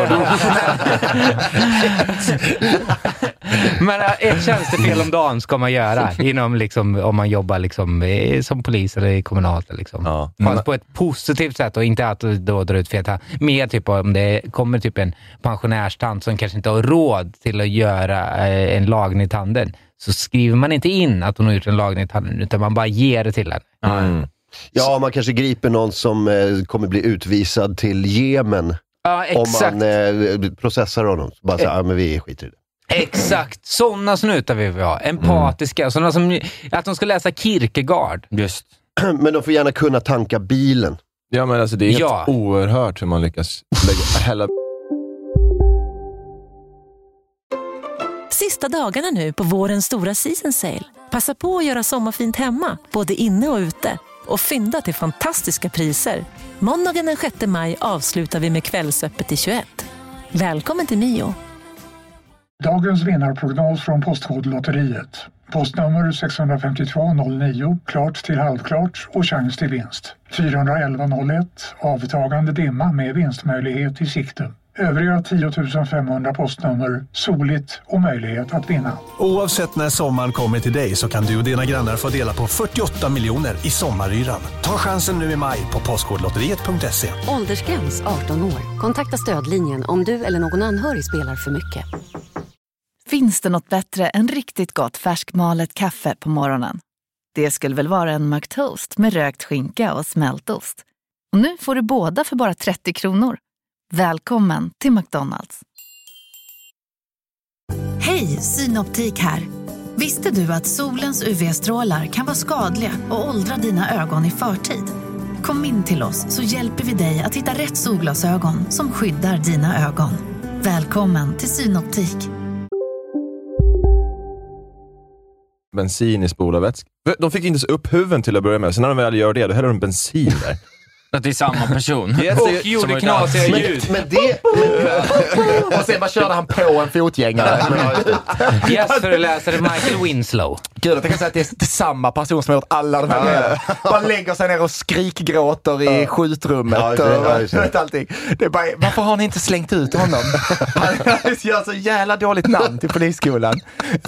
Men ett tjänstefel om dagen ska man göra inom liksom, om man jobbar liksom, som polis eller kommunalt liksom. Fast på ett positivt sätt, och inte att då dra ut fel tand. Mer typ om det kommer typ en pensionärstant som kanske inte har råd till att göra en lagning i tanden, så skriver man inte in att hon har gjort en lagning i tanden, utan man bara ger det till henne. Ja, man kanske griper någon som kommer bli utvisad till Jemen. Ja, exakt. Om man processar honom. Så bara så, men vi skiter i det. Exakt, sådana snutar vi vill ha. Empatiska, sådana som att de ska läsa Kierkegaard. Just. Men de får gärna kunna tanka bilen. Ja, men alltså det är helt oerhört hur man lyckas hälla. Sista dagarna nu på vårens stora season sale. Passa på att göra sommarfint hemma, både inne och ute. Och fynda till fantastiska priser. Måndagen den 6 maj avslutar vi med Kvällsöppet i 21. Välkommen till Mio. Dagens vinnarprognos från Postkodlotteriet. Postnummer 65209, klart till halvklart och chans till vinst. 41101, avtagande dimma med vinstmöjlighet i sikte. Övriga 10 500 postnummer, soligt och möjlighet att vinna. Oavsett när sommaren kommer till dig så kan du och dina grannar få dela på 48 miljoner i sommaryran. Ta chansen nu i maj på postkodlotteriet.se. Åldersgräns 18 år. Kontakta stödlinjen om du eller någon anhörig spelar för mycket. Finns det något bättre än riktigt gott färskmalet kaffe på morgonen? Det skulle väl vara en McToast med rökt skinka och smältost. Och nu får du båda för bara 30 kronor. Välkommen till McDonald's. Hej, Synoptik här. Visste du att solens UV-strålar kan vara skadliga och åldra dina ögon i förtid? Kom in till oss så hjälper vi dig att hitta rätt solglasögon som skyddar dina ögon. Välkommen till Synoptik. Bensin i spolarvätska. De fick inte så upp huven till att börja med. Sen när de väl gör det, då häller de bensin där. Att det är samma person. Och gjorde knasiga ljud. Men det... Och sen bara körde han på en fotgängare. Gästföreläsare Michael Winslow. Gud, jag tänker säga att det är samma person som har gjort alla de här grejerna. Man lägger sig ner och skrikgråter i skjutrummet. Och allting. Det är bara, varför har ni inte slängt ut honom? Han gör så jävla dåligt namn till polisskolan.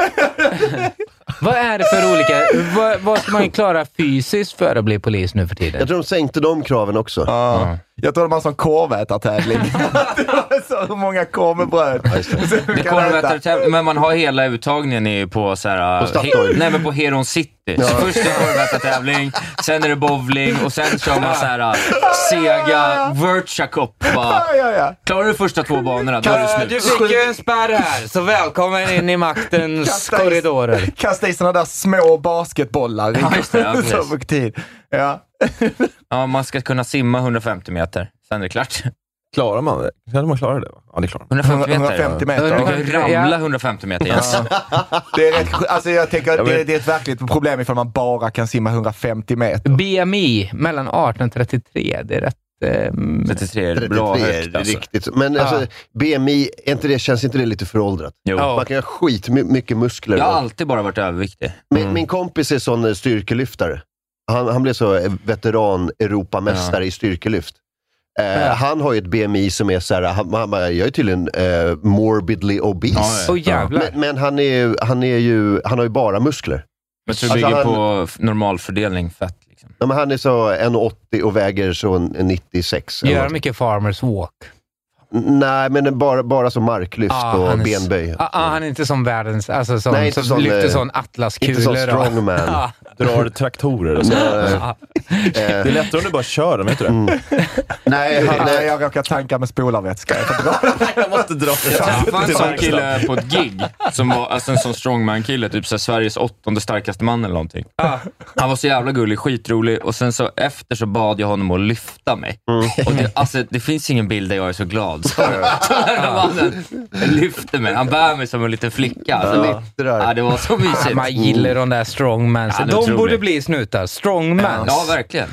Vad är det för olika... Vad ska man klara fysiskt för att bli polis nu för tiden? Jag tror de sänkte de kraven också. Ja. Jag tror det var en sån korvätartävling. Det var så många korv med bröd. Det korvätartävling, men man har hela uttagningen på så här... Nej, men på Heron City. Ja. Så först är det korvätartävling, sen är det bowling och sen kör man så här sega Virtua Cup. Klarar du första 2 banorna, då är det slut. Du fick ju en spärr här, så välkommen in i maktens korridorer. Kasta i såna där små basketbollar. Ja, just det, så mycket tid. Ja. Ja, man ska kunna simma 150 meter. Sen är det klart. Klarar man det? Kan man klara det? Ja, det klarar man. 150 meter. Du kan ramla 150 meter, yes. Det är rätt, alltså jag tänker att det är ett verkligt problem ifall man bara kan simma 150 meter. BMI mellan 18 och 33, det är rätt... 33 är bra högt, alltså. Riktigt. Men alltså, BMI, känns inte det lite föråldrat? Jo. Man kan ha mycket muskler. Jag har alltid bara varit överviktig. Min kompis är sån styrkelyftare. Han blev så veteran Europamästare i styrkelyft. Han har ju ett BMI som är så här, jag är tydligen morbidly obese. Men han har ju bara muskler. Men så det bygger på normalfördelning fett liksom. Ja, men han är så 1,80 och väger så 96. Gör mycket farmers walk. Nej, men bara som marklyft och benböj. Han är inte som världens, alltså som lyfter sån atlaskulor. Inte som strongman. Drar traktorer och så. Det är lättare om du bara kör dem, vet du det? Nej, jag råkar tanka med spolarvätska. Jag måste dra. Det fanns en sån kille på ett gig som var alltså en sån strongman-kille, typ så Sveriges 8:e starkaste man eller någonting. Han var så jävla gullig, skitrolig, och sen så efter så bad jag honom att lyfta mig. Och det finns ingen bild där jag är så glad. Så den här mannen lyfter mig. Han bär mig som en liten flicka. Det var så mysigt. Man gillar de där strongman. Ja, de borde bli snutar. Strongman. Ja, verkligen.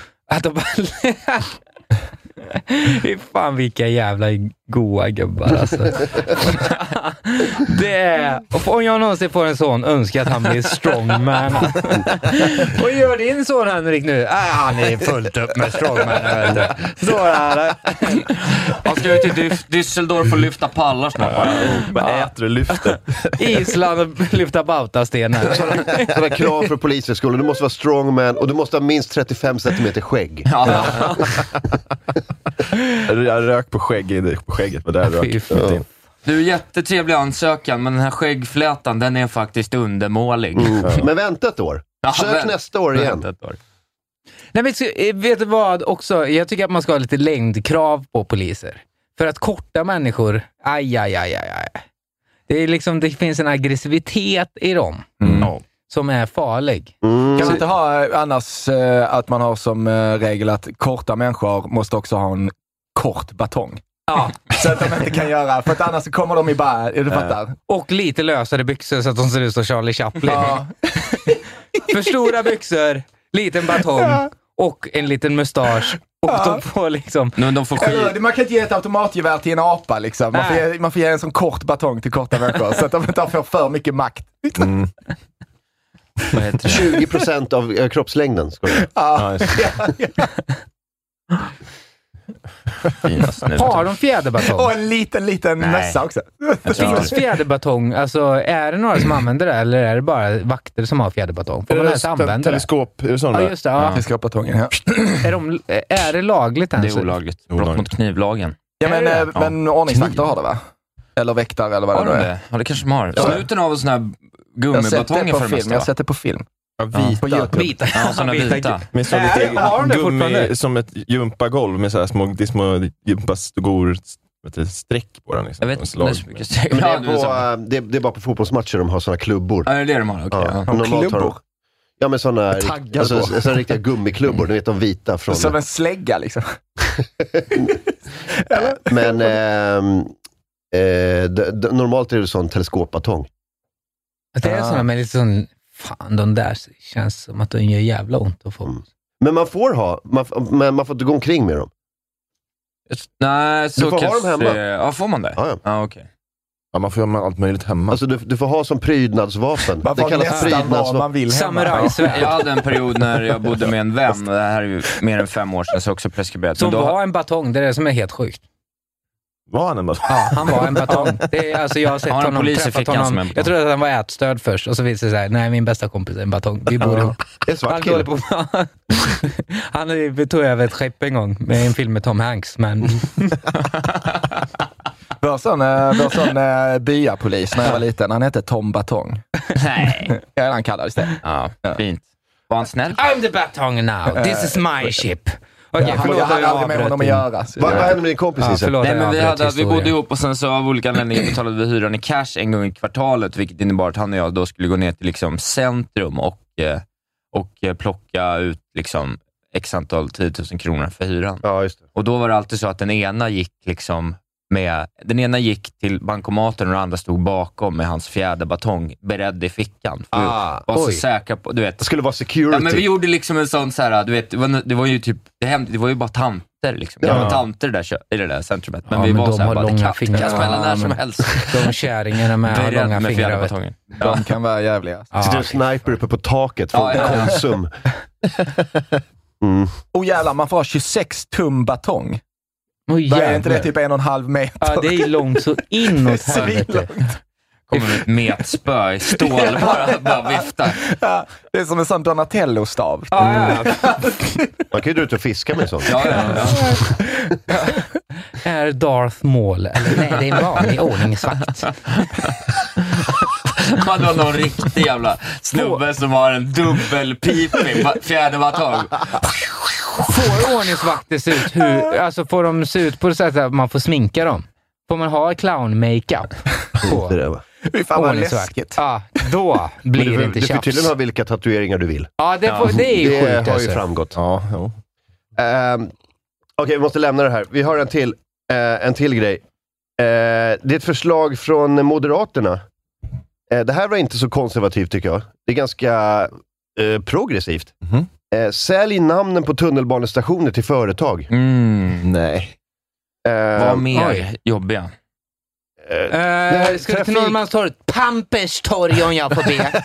Fan vilka jävla goa gubbar alltså. Det är, och om jag någonsin får en sån, önskar att han blir strongman. Och gör din son Henrik nu? Han är fullt upp med strongman. Så är han ska ju till Düsseldorf och lyfta pallar snart. Vad äter du lyfter? Island och lyfta bautastenar. Det var krav för polishögskolan. Du måste vara strongman och du måste ha minst 35 centimeter skägg. Jag rök på skägget. Var där rök. Du, jättetrevlig ansökan, men den här skäggflätan, den är faktiskt undermålig. Men vänta ett år. Sök nästa år igen. Nej, men vet du vad också? Jag tycker att man ska ha lite längdkrav på poliser. För att korta människor, aj. Det är liksom, det finns en aggressivitet i dem. Som är farlig. Kan man inte ha annars att man har som regel att korta människor måste också ha en kort batong? Ja. Så att de inte kan göra, för att annars kommer de i bara, du fattar? Och lite lösare byxor så att de ser ut som Charlie Chaplin. Ja. För stora byxor, liten batong och en liten mustasch Och de får liksom... Men de får man kan inte ge ett automatgevär till en apa liksom. Man får ge en sån kort batong till korta veckor så att de inte får för mycket makt. 20% av kroppslängden. Har de fjäderbatong? Och en liten mössa också. Finns fjäderbatong, alltså är det några som använder det eller är det bara vakter som har fjäderbatong? Får man ens använda teleskop, är det sån? Ja, just det. Ja. Teleskopbatongen, ja. Är det lagligt ens? Det är olagligt. Brott mot knivlagen. Ja, men ordningsvakter har det, va? Eller väktare, eller vad det nu är. Ja, det kanske de har. Snuten av en sån här gummibatonger för det mesta. Jag har sett det på film. Vita. Ja, såna vita. Med så lite gummi som ett gympagolv med så här små gympaskor streck på den. Liksom. Jag vet inte så mycket streck. Det är bara på fotbollsmatcher de har såna klubbor. Ja, det är det de har. Okay, klubbor? Ja, men såna riktiga gummiklubbor. Du vet, de vita från... Som en slägga liksom. Men normalt är det sån teleskopbatong. Det är såna med lite sån... Fan, de där känns som att de gör jävla ont att få. Men man får inte gå omkring med dem. Nej, så du får ha dem hemma. Ja, får man det? Ja, okej. Ja, man får göra allt möjligt hemma. Alltså du får ha som prydnadsvapen. Det kallas prydnadsvapen. Jag hade en period när jag bodde med en vän, och det här är ju mer än 5 år sedan, så också preskriberat. Som var en batong, det är det som är helt sjukt. Var han en batong? Ja, han var en batong. Det är, alltså jag har sett honom, träffat honom. Jag trodde att han var ätstöd först. Och så visade det sig, nej, min bästa kompis är en batong. Vi bor ihop. Det är svart kille. Han tog över ett skepp en gång med en film med Tom Hanks. Men... Vår sån byapolis när jag var liten, han hette Tom Batong. Nej. Ja, han kallades det. Ja, fint. Var han snäll? I'm the batong now. This is my ship. Okej, jag hade aldrig med honom att göra. Vad hände med din kompis? Nej, men vi bodde ihop och sen så av olika anledningar betalade vi hyran i cash en gång i kvartalet, vilket innebar att han och jag då skulle gå ner till liksom centrum och plocka ut liksom x antal 10 000 kronor för hyran. Ja, just det. Och då var det alltid så att den ena gick till bankomaten och den andra stod bakom med hans fjäderbatong beredd i fickan. Var så säker på, du vet. Det skulle vara security. Ja, men vi gjorde liksom en sån så här, du vet, det var ju typ, det var ju bara tanter liksom. Det var tanter där i det där centrumet. Men vi var så här, bara, det kan smälla när som helst. De kärringarna med långa fingrar. De kan vara jävliga. Sitter en sniper uppe på taket från Konsum. Jävlar, man får ha 26 tum batong. Är inte det typ 1,5 meter? Ja, det är långt så inåt helvete. Kommer med ett metspö i stål bara vifta. Ja, det är som en sån Donatello-stav. Man kan ju dra ut och fiska med sånt. Är Darth Maul? Eller nej, det är en vanlig ordningsvakt. Man har någon riktig jävla snubbe som har en dubbelpipig fjäderbatong. Får ordningsvakter se ut får de se ut på det sättet att man får sminka dem? Får man ha clown-makeup på ordningsvakt? Ja, då blir det inte tjafs. Du får tydligen ha vilka tatueringar du vill. Ja, det är ju sjukt. Det har ju framgått. Okej, vi måste lämna det här. Vi har en till grej. Det är ett förslag från Moderaterna. Det här var inte så konservativt tycker jag. Det är ganska progressivt. Sälj namnen på tunnelbanestationer till företag. Nej. Vad mer jobbiga? Ska du till Norrmalmstorget? Pamperstorg om jag får be.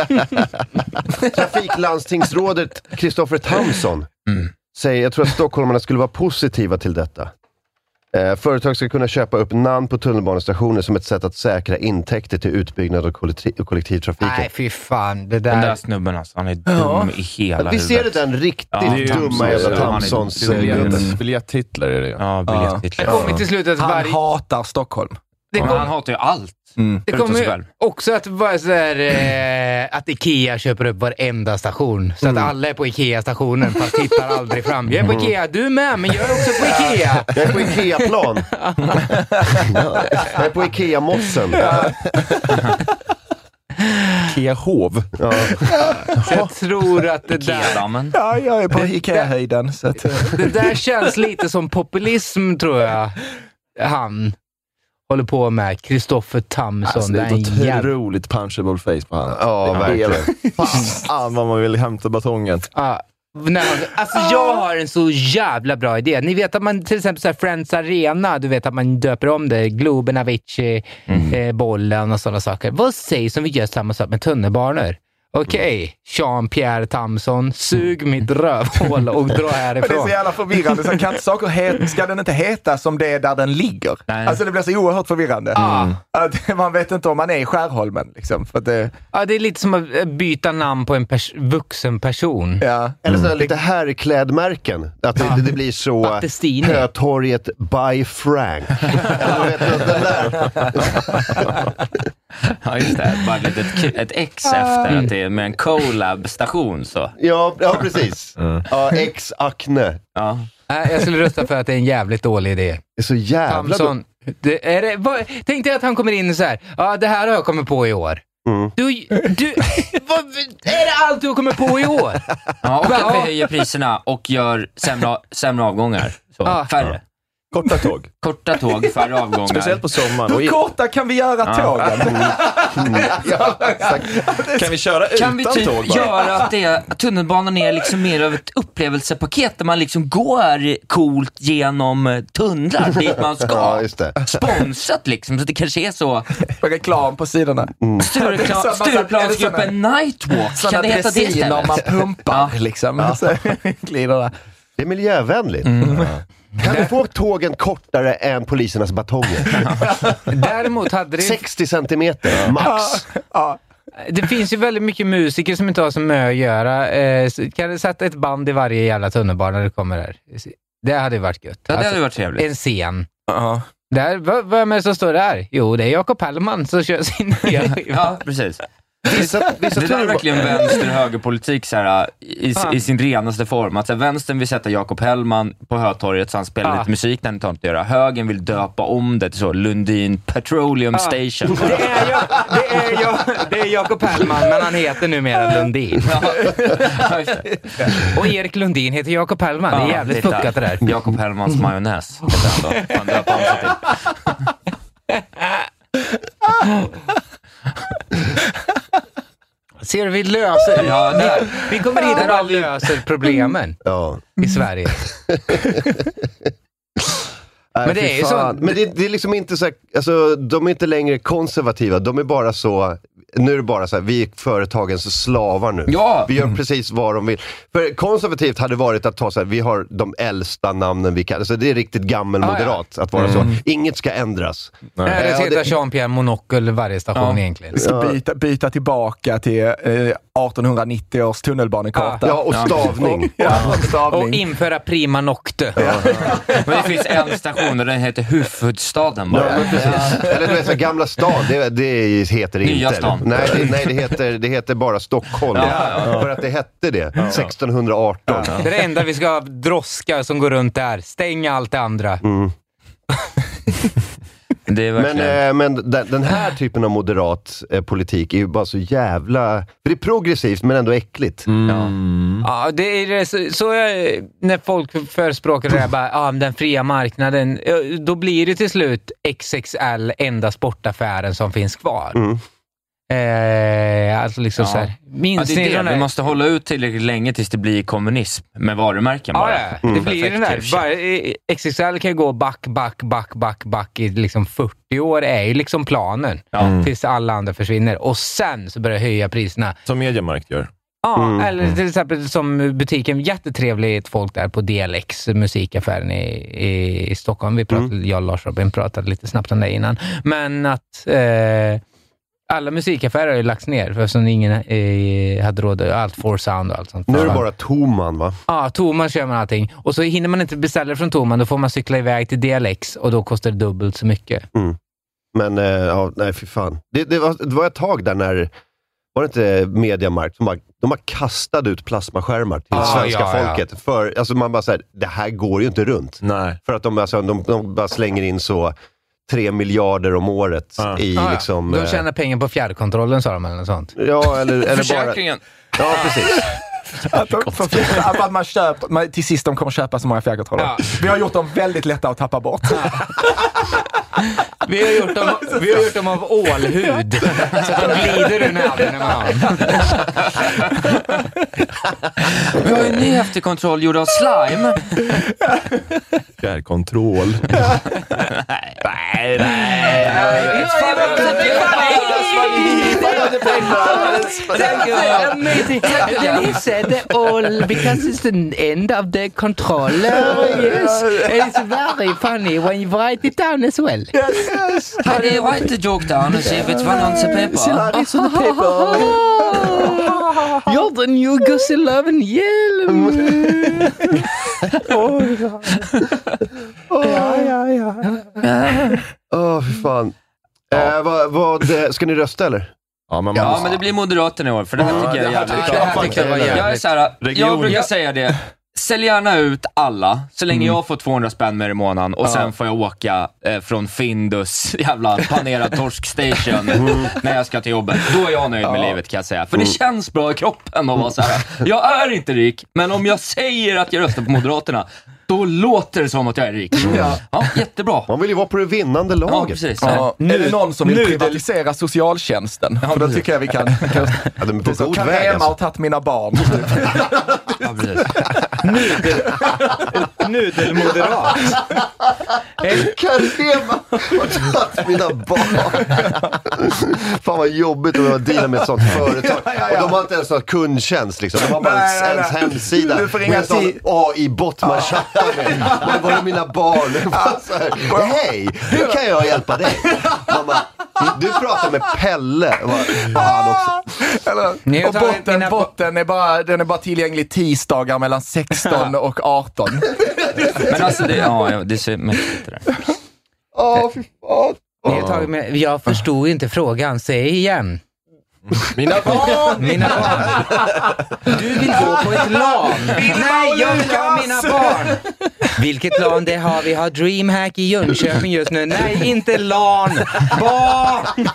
Trafiklandstingsrådet Kristoffer Tamsson säger, jag tror att stockholmarna skulle vara positiva till detta. Företag ska kunna köpa upp namn på tunnelbanestationer som ett sätt att säkra intäkter till utbyggnad av kollektivtrafiken. Nej, fy fan. Den där snubben alltså, han är dum i hela huvudet. Vi ser det den riktigt dumma jävla Tamsons biljetttitlar är det. Ja, biljetttitlar. Det kommer till slutet att han hatar Stockholm. Han hatar ju allt. Det kommer också att vara så här, att Ikea köper upp varenda station. Så att alla är på Ikea-stationen fast tittar aldrig fram. Jag är på Ikea, du med, men jag är också på Ikea. Jag är på Ikea-plan. Jag är på Ikea-mossen. Ikea-hov. Så jag tror att det där... Ja, jag är på Ikea-höjden. Så att... Det där känns lite som populism, tror jag. Han håller på med Kristoffer Tamsson. Alltså, det är ett otroligt punchable face på han. Ja, verkligen. Fan vad man vill hämta batongen. Alltså jag har en så jävla bra idé. Ni vet att man till exempel så här Friends Arena, du vet att man döper om det, Globen, Avicii, bollen och sådana saker. Vad sägs om vi gör samma sak med tunnelbanor? Okej, Jean-Pierre Tamson, sug mitt rövhål och dra härifrån. Det är så jävla förvirrande. Så kan saker ska den inte heta som det är där den ligger? Nej. Alltså det blir så oerhört förvirrande. Att man vet inte om man är i Skärholmen. Liksom, för att det... Ja, det är lite som att byta namn på en vuxen person. Ja. Eller så lite herrklädmärken. Att det blir så Hötorget by Frank. Den där. Ja, just det. Bara ett X efter att det är med en collab-station så. Ja, precis. Ja, X-Acne. Ja. Jag skulle rösta för att det är en jävligt dålig idé. Det är så jävla... Tamson, tänkte jag att han kommer in så här. Ja, det här har jag kommit på i år. Du vad är det allt du har kommit på i år? Ja, och att vi höjer priserna och gör sämre avgångar. Så, färre. Korta tåg, färre avgångar. Speciellt på sommaren. Hur korta kan vi göra tågen? Kan vi köra utan tåg? Kan vi göra att tunnelbanan är liksom mer av ett upplevelsepaket där man liksom går coolt genom tunnlar dit man ska. Ja, just det. Sponsrat liksom, så det kanske är så. Reklam på sidorna. Stureplansgruppen Nightwalk. Kan det heta det istället? Man pumpar liksom. Det är miljövänligt. Kan du få tågen kortare än polisernas batonger? Däremot hade det 60 centimeter, max. Det finns ju väldigt mycket musiker som inte har så mycket att göra. Kan du sätta ett band i varje jävla tunnelbana när det kommer här? Det hade ju varit gött. Ja, det hade varit trevligt. En scen. Där, vad är det som står där? Jo, det är Jakob Hellman som kör sin nya skiva. Ja, precis. Vissa det är verkligen vänster-högerpolitik så här, i sin renaste form. Att så här, vänstern vill sätta Jakob Hellman på Hötorget så han spelar lite musik när han inte har att göra. Högern vill döpa om det till så Lundin Petroleum Station. Det är Jakob Hellman, men han heter numera Lundin. Och Erik Lundin heter Jakob Hellman. Det är jävligt fuckat det där. Jakob Hellmans majonnäs heter han döpa om sig till. Ser vi löser vi kommer hit och bara löser problemen i Sverige. Men det är ju så. Men det är liksom inte så här, alltså de är inte längre konservativa, de är bara så. Nu är det bara så här, vi är företagens slavar nu. Ja. Vi gör precis vad de vill. För konservativt hade varit att ta så här, vi har de äldsta namnen vi kan. Alltså det är riktigt gammelmoderat att vara så. Inget ska ändras. Det heter Jean-Pierre Monocle varje station egentligen. Så byta tillbaka till 1890 års tunnelbanekarta. Ja, och stavning. Och införa prima nocte. Men det finns en station och den heter huvudstaden bara. Ja, precis. Eller du vet så gamla stad, det heter det Nya inte. Stan. Nej, det heter bara Stockholm. För att det hette det 1618. Det är det enda vi ska ha droska som går runt där. Stäng allt det andra. Det är men den här typen av moderat politik är ju bara så jävla... För det är progressivt men ändå äckligt. Ja, det är så när folk förespråkar det bara, den fria marknaden, då blir det till slut XXL enda sportaffären som finns kvar. Alltså liksom så här, minst vi måste hålla ut tillräckligt länge tills det blir kommunism med varumärken bara. Det blir den där. XXL kan ju gå back i liksom 40 år är ju liksom planen tills alla andra försvinner och sen så börjar höja priserna. Som Mediamarkt gör. Eller till exempel som butiken, jättetrevligt folk där på DLX, musikaffären i Stockholm. Vi pratade, jag och Lars Robin pratade lite snabbt om det innan. Men att alla musikaffärer har ju lagts ner för som ingen hade råd, allt for sound och allt sånt. Nu är det bara Toman, va? Ja, Toman kör man allting. Och så hinner man inte beställa från Toman, då får man cykla iväg till DLX och då kostar det dubbelt så mycket. Men, nej för fan. Det var ett tag där när, var det inte Mediamarkt som de har kastat ut plasmaskärmar till svenska folket. För, alltså man bara säger, det här går ju inte runt. Nej. För att de bara slänger in så 3 miljarder om året i liksom... De tjänar pengar på fjärrkontrollen, sa de, eller något sånt. Ja, eller försäkringen. Bara... Ja, precis. Att man köper, till sist de kommer köpa så många fjärrkontroller. Vi har gjort dem väldigt lätta att tappa bort. Vi har gjort dem av ålhud. Så att de glider ur näven när man har. Vi har ju en ny efterkontroll gjord av slime. Fjärrkontroll. Nej. Then he said that all because it's the end of the controller. Yes, it's very funny when you write it down as well. Yes. How do you write the joke down and see if it's one on the paper? It's on the paper. You're the new Gussie Loven Hjelm. Fy fan. Vad ska ni rösta eller? Ja, men det blir Moderaterna i år, för det här tycker jag är jävligt. Jag är så här, jag brukar säga det. Sälj gärna ut alla, så länge jag får 200 spänn mer i månaden och sen får jag åka från Findus jävla panerad torskstation när jag ska till jobbet. Då är jag nöjd med livet, kan jag säga. För det känns bra i kroppen att vara så här. Jag är inte rik, men om jag säger att jag röstar på Moderaterna, då låter det som att jag är rik. Ja, jättebra. Man vill ju vara på det vinnande laget. Ja, precis. Ja. Är det någon som vill privatisera socialtjänsten? För då tycker jag vi kan... Ja, de är på god kan väg. Rema och tagit mina barn. Ja, precis. Nudelmoderat. Carema och tagit mina barn. Fan vad jobbigt att dela med ett sånt företag. Och de har inte ens någon kundtjänst liksom. De har bara en hemsida med en sån AI-bot man chattar med. Men var är mina barn? Hej, hur kan jag hjälpa dig? Mamma, du pratar med Pelle. Han också. Och botten är bara tillgänglig tisdagar mellan 16 och 18. Men alltså det ser mäktigt det där. Fy fan. Jag förstod inte frågan. Säg igen. Mina barn! Du vill gå på ett LAN. Nej, jag vill ha mina barn. Vilket LAN det har? Vi har DreamHack i Jönköping just nu. Nej, inte LAN. Barn!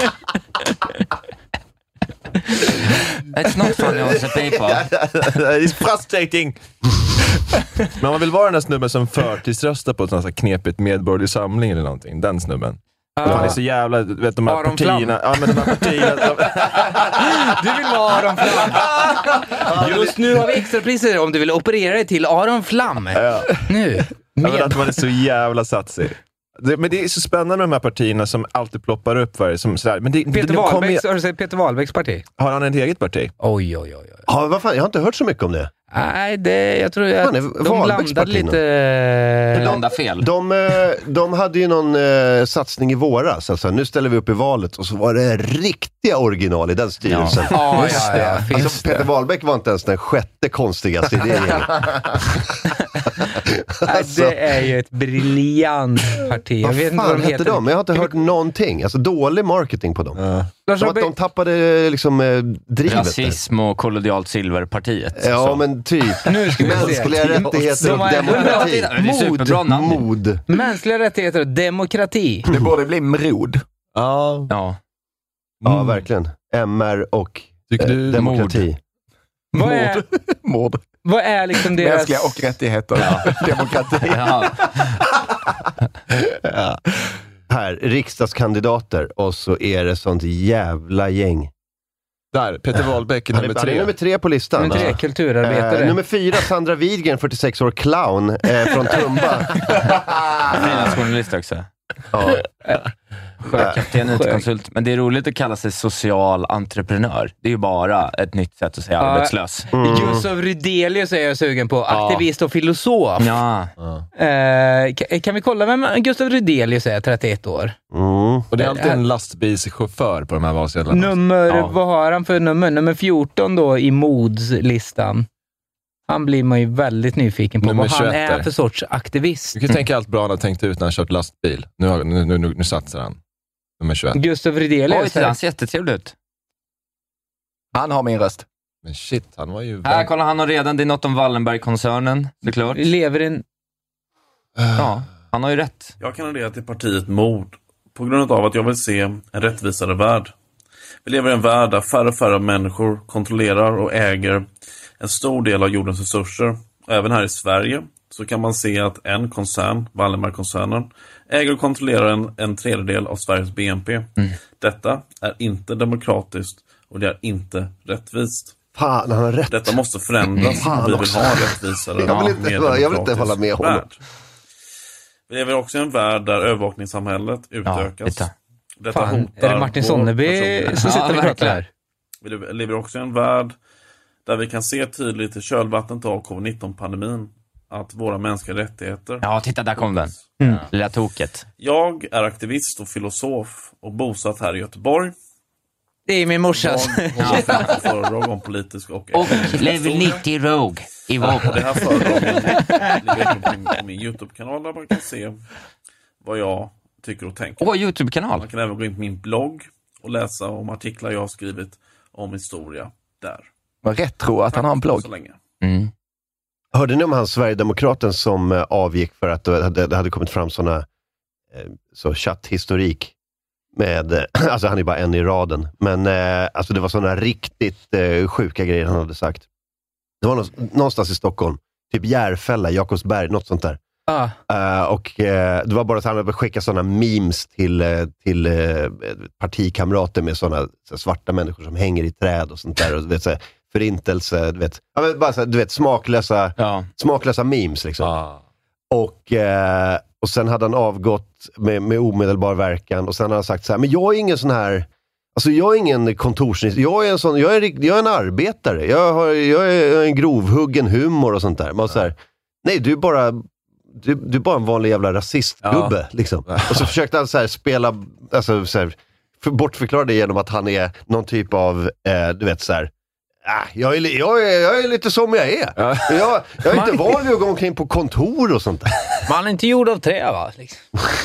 It's not funny on the paper. It's frustrating. Men man vill vara den där snubben som förtidsröstar på ett sånt här knepigt medborgerlig samling eller någonting. Den snubben. Han är så jävla, vet de här Aron partierna. Ja, men de här partierna. Du vill vara Aron Flam. Just nu har vi extra priser om du vill operera dig till Aron Flam. Nu. Men att man är så jävla satsig. Men det är så spännande med de här partierna som alltid ploppar upp för som sådär. Men Peter Wahlbecks parti. Har han ett eget parti? Oj. Ja, vad fan? Jag har inte hört så mycket om det. Nej, jag tror att de landade lite... Landade fel. De hade ju någon satsning i våras. Alltså, nu ställer vi upp i valet och så var det riktiga original i den styrelsen. Ja, alltså, Peter Wahlbeck var inte ens den sjätte konstigaste idén. Alltså, det är ju ett briljant parti. Jag vet inte vad de heter. Men jag har inte hört någonting. Alltså dålig marketing på dem. De tappade liksom drivet. Rasism och kolonialt silverpartiet. Ja, så. Men typ. Mänskliga rättigheter och demokrati. Mod. Mänskliga rättigheter och demokrati. Det borde bli MROD. Ja, verkligen. MR och demokrati. Mord. Vad är liksom deras... Mänskliga och rättigheter. Demokrati. Här, riksdagskandidater och så är det sånt jävla gäng. Där, Peter Wahlbeck är nummer 3. Han är nummer 3 på listan. Nummer 3, kulturarbetare. Nummer 4, Sandra Widgren, 46 år, clown från Tumba. Frilansjournalist också. Ja. Kapten IT-konsult. Men det är roligt att kalla sig social entreprenör. Det är ju bara ett nytt sätt att säga arbetslös. Gustav Rydelius är jag sugen på. Aktivist och filosof. Ja. Kan vi kolla vem Gustav Rydelius är, 31 år? Och det är alltid en lastbilschaufför på de här valsedlarna. Vad har han för nummer? Nummer 14 då i modslistan. Han blir man ju väldigt nyfiken på vad han är för sorts aktivist. Du kan tänka allt bra han har tänkt ut när han kört lastbil. Nu satsar han. Nummer 21. Gustav Rydelius. Han ser jättetrevlig ut. Han har min röst. Men shit, han var ju... Här, kolla, han har redan, det är något om Wallenberg-koncernen, såklart. Lever en... Ja, han har ju rätt. Jag kandiderar till partiet Mod på grund av att jag vill se en rättvisare värld. Vi lever i en värld där färre och färre människor kontrollerar och äger en stor del av jordens resurser. Även här i Sverige så kan man se att en koncern, Wallenberg-koncernen, äger och kontrollerar en tredjedel av Sveriges BNP. Detta är inte demokratiskt och det är inte rättvist. Fan, han har rätt. Detta måste förändras om vi vill ha rättvisare. Jag vill inte hålla med honom. Vi lever också i en värld där övervakningssamhället utökas. Detta hotar är det Martin Sonneby som sitter och pratar här? Vi lever också i en värld där vi kan se tydligt i kölvattnet av covid-19-pandemin att våra mänskliga rättigheter... Ja, titta, där kom den. Lilla toket. Jag är aktivist och filosof och bosatt här i Göteborg. Det är min morsas. Föredrag om politisk och level 90 Rogue i vapen. Det här föredraget ligger på min YouTube-kanal där man kan se vad jag tycker och tänker. YouTube-kanal. Man kan även gå in på min blogg och läsa om artiklar jag har skrivit om historia där. Vad retro att han har en blogg. Så länge. Hörde ni om han Sverigedemokraten som avgick för att det hade kommit fram såna chatthistorik med, alltså han är bara en i raden, men alltså det var såna riktigt sjuka grejer han hade sagt. Det var någonstans i Stockholm, typ Järfälla, Jakobsberg, något sånt där. Och det var bara att han hade skickat såna memes till partikamrater med såna svarta människor som hänger i träd och sånt där, och vet, så förintelse, du vet, bara så, du vet, smaklösa memes liksom. Och sen hade han avgått med omedelbar verkan, och sen har han sagt så här: men jag är ingen sån här, alltså jag är ingen kontorsnisse, jag är en arbetare, jag är en grovhuggen humor och sånt där. Man så här, nej, du är bara en vanlig jävla rasistgubbe liksom. Och så försökte han så här spela, alltså så här, bortförklara det genom att han är någon typ av du vet så här, jag är lite som jag är. Jag är inte van att gå omkring på kontor och sånt där. Man är inte gjord av trä, va? Liksom.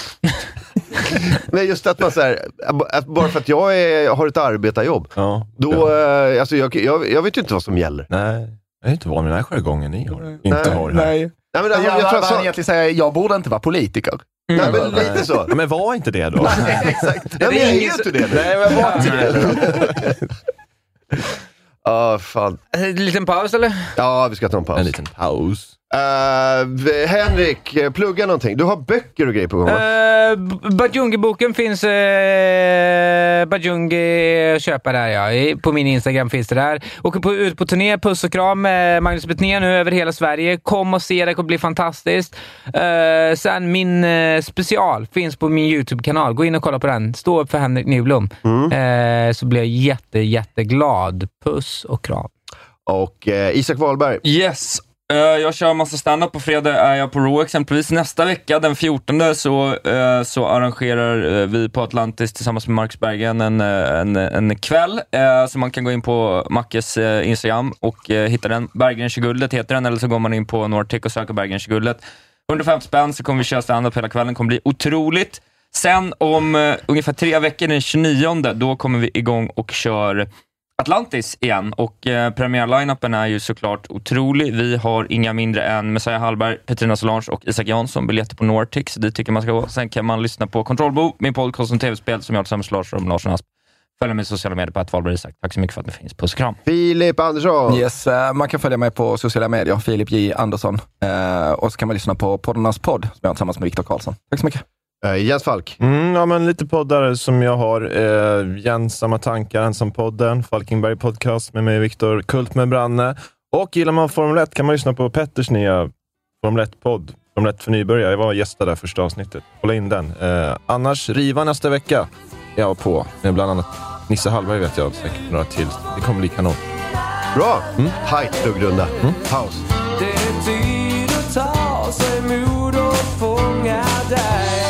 Men just att man så här, att bara för att jag har ett arbetarjobb, då, alltså jag vet ju inte vad som gäller. Nej, jag är inte van med den här jargongen ni har. Inte har det här. Nej, men jag tror att han egentligen säger, jag borde inte vara politiker. Nej, men lite så. Ja, men var inte det då? Nej, exakt. Nej, men jag är ju inte det. Nej, men var inte det då? Fan. En liten paus, eller? Ja, vi ska ta en paus. En liten paus. Henrik, plugga någonting. Du har böcker och grejer på gång, va? Bajungi-boken finns. Bajungi köpa där, ja. På min Instagram finns det där. Åker ut på turné, puss och kram med Magnus Betnér nu över hela Sverige. Kom och se, det kommer bli fantastiskt. Sen min special finns på min YouTube-kanal. Gå in och kolla på den. Stå upp för Henrik Nyblom. Så blir jag jätteglad. Puss och kram. Och Isak Wahlberg. Yes. Jag kör massa stand-up. På fredag är jag på Raw exempelvis. Nästa vecka, den 14, så arrangerar vi på Atlantis tillsammans med Marcus Berggren en kväll. Så man kan gå in på Mackes Instagram och hitta den. Berggren 20-guldet heter den, eller så går man in på Nortic och söker Berggren 20-guldet. 150 spänn, så kommer vi köra stand-up hela kvällen. Det kommer bli otroligt. Sen om ungefär 3 veckor, den 29, då kommer vi igång och kör Atlantis igen, och premiärline-upen är ju såklart otrolig. Vi har inga mindre än Messiah Hallberg, Petrina Solange och Isak Jansson, biljetter på Nortic, så det tycker man ska gå. Sen kan man lyssna på Kontrollbo, min podcast om tv-spel som jag tillsammans med Larsson Asp. Följ mig i sociala medier på @Wahlberg Isak. Tack så mycket för att ni finns. Puss och kram. Filip Andersson. Yes, man kan följa mig på sociala medier, Filip J. Andersson. Och så kan man lyssna på Poddarnas podd som jag har tillsammans med Viktor Karlsson. Tack så mycket. Jens Falk. Ja, men lite poddar som jag har. Jens Samma Tankar, Ensam-podden, Falkenberg podcast med mig, Viktor, Kult med Branne. Och gillar man Formel 1 kan man lyssna på Petters nya Formel 1-podd. Formel 1 för nybörjare. Jag var gästa där första avsnittet. Hålla in den. Annars, Riva nästa vecka. Jag på med bland annat Nisse Hallberg, vet jag säkert några till. Det kommer bli kanon. Bra. High-pluggrunda. Paus. Det är tid att ta sig mod och fånga dig.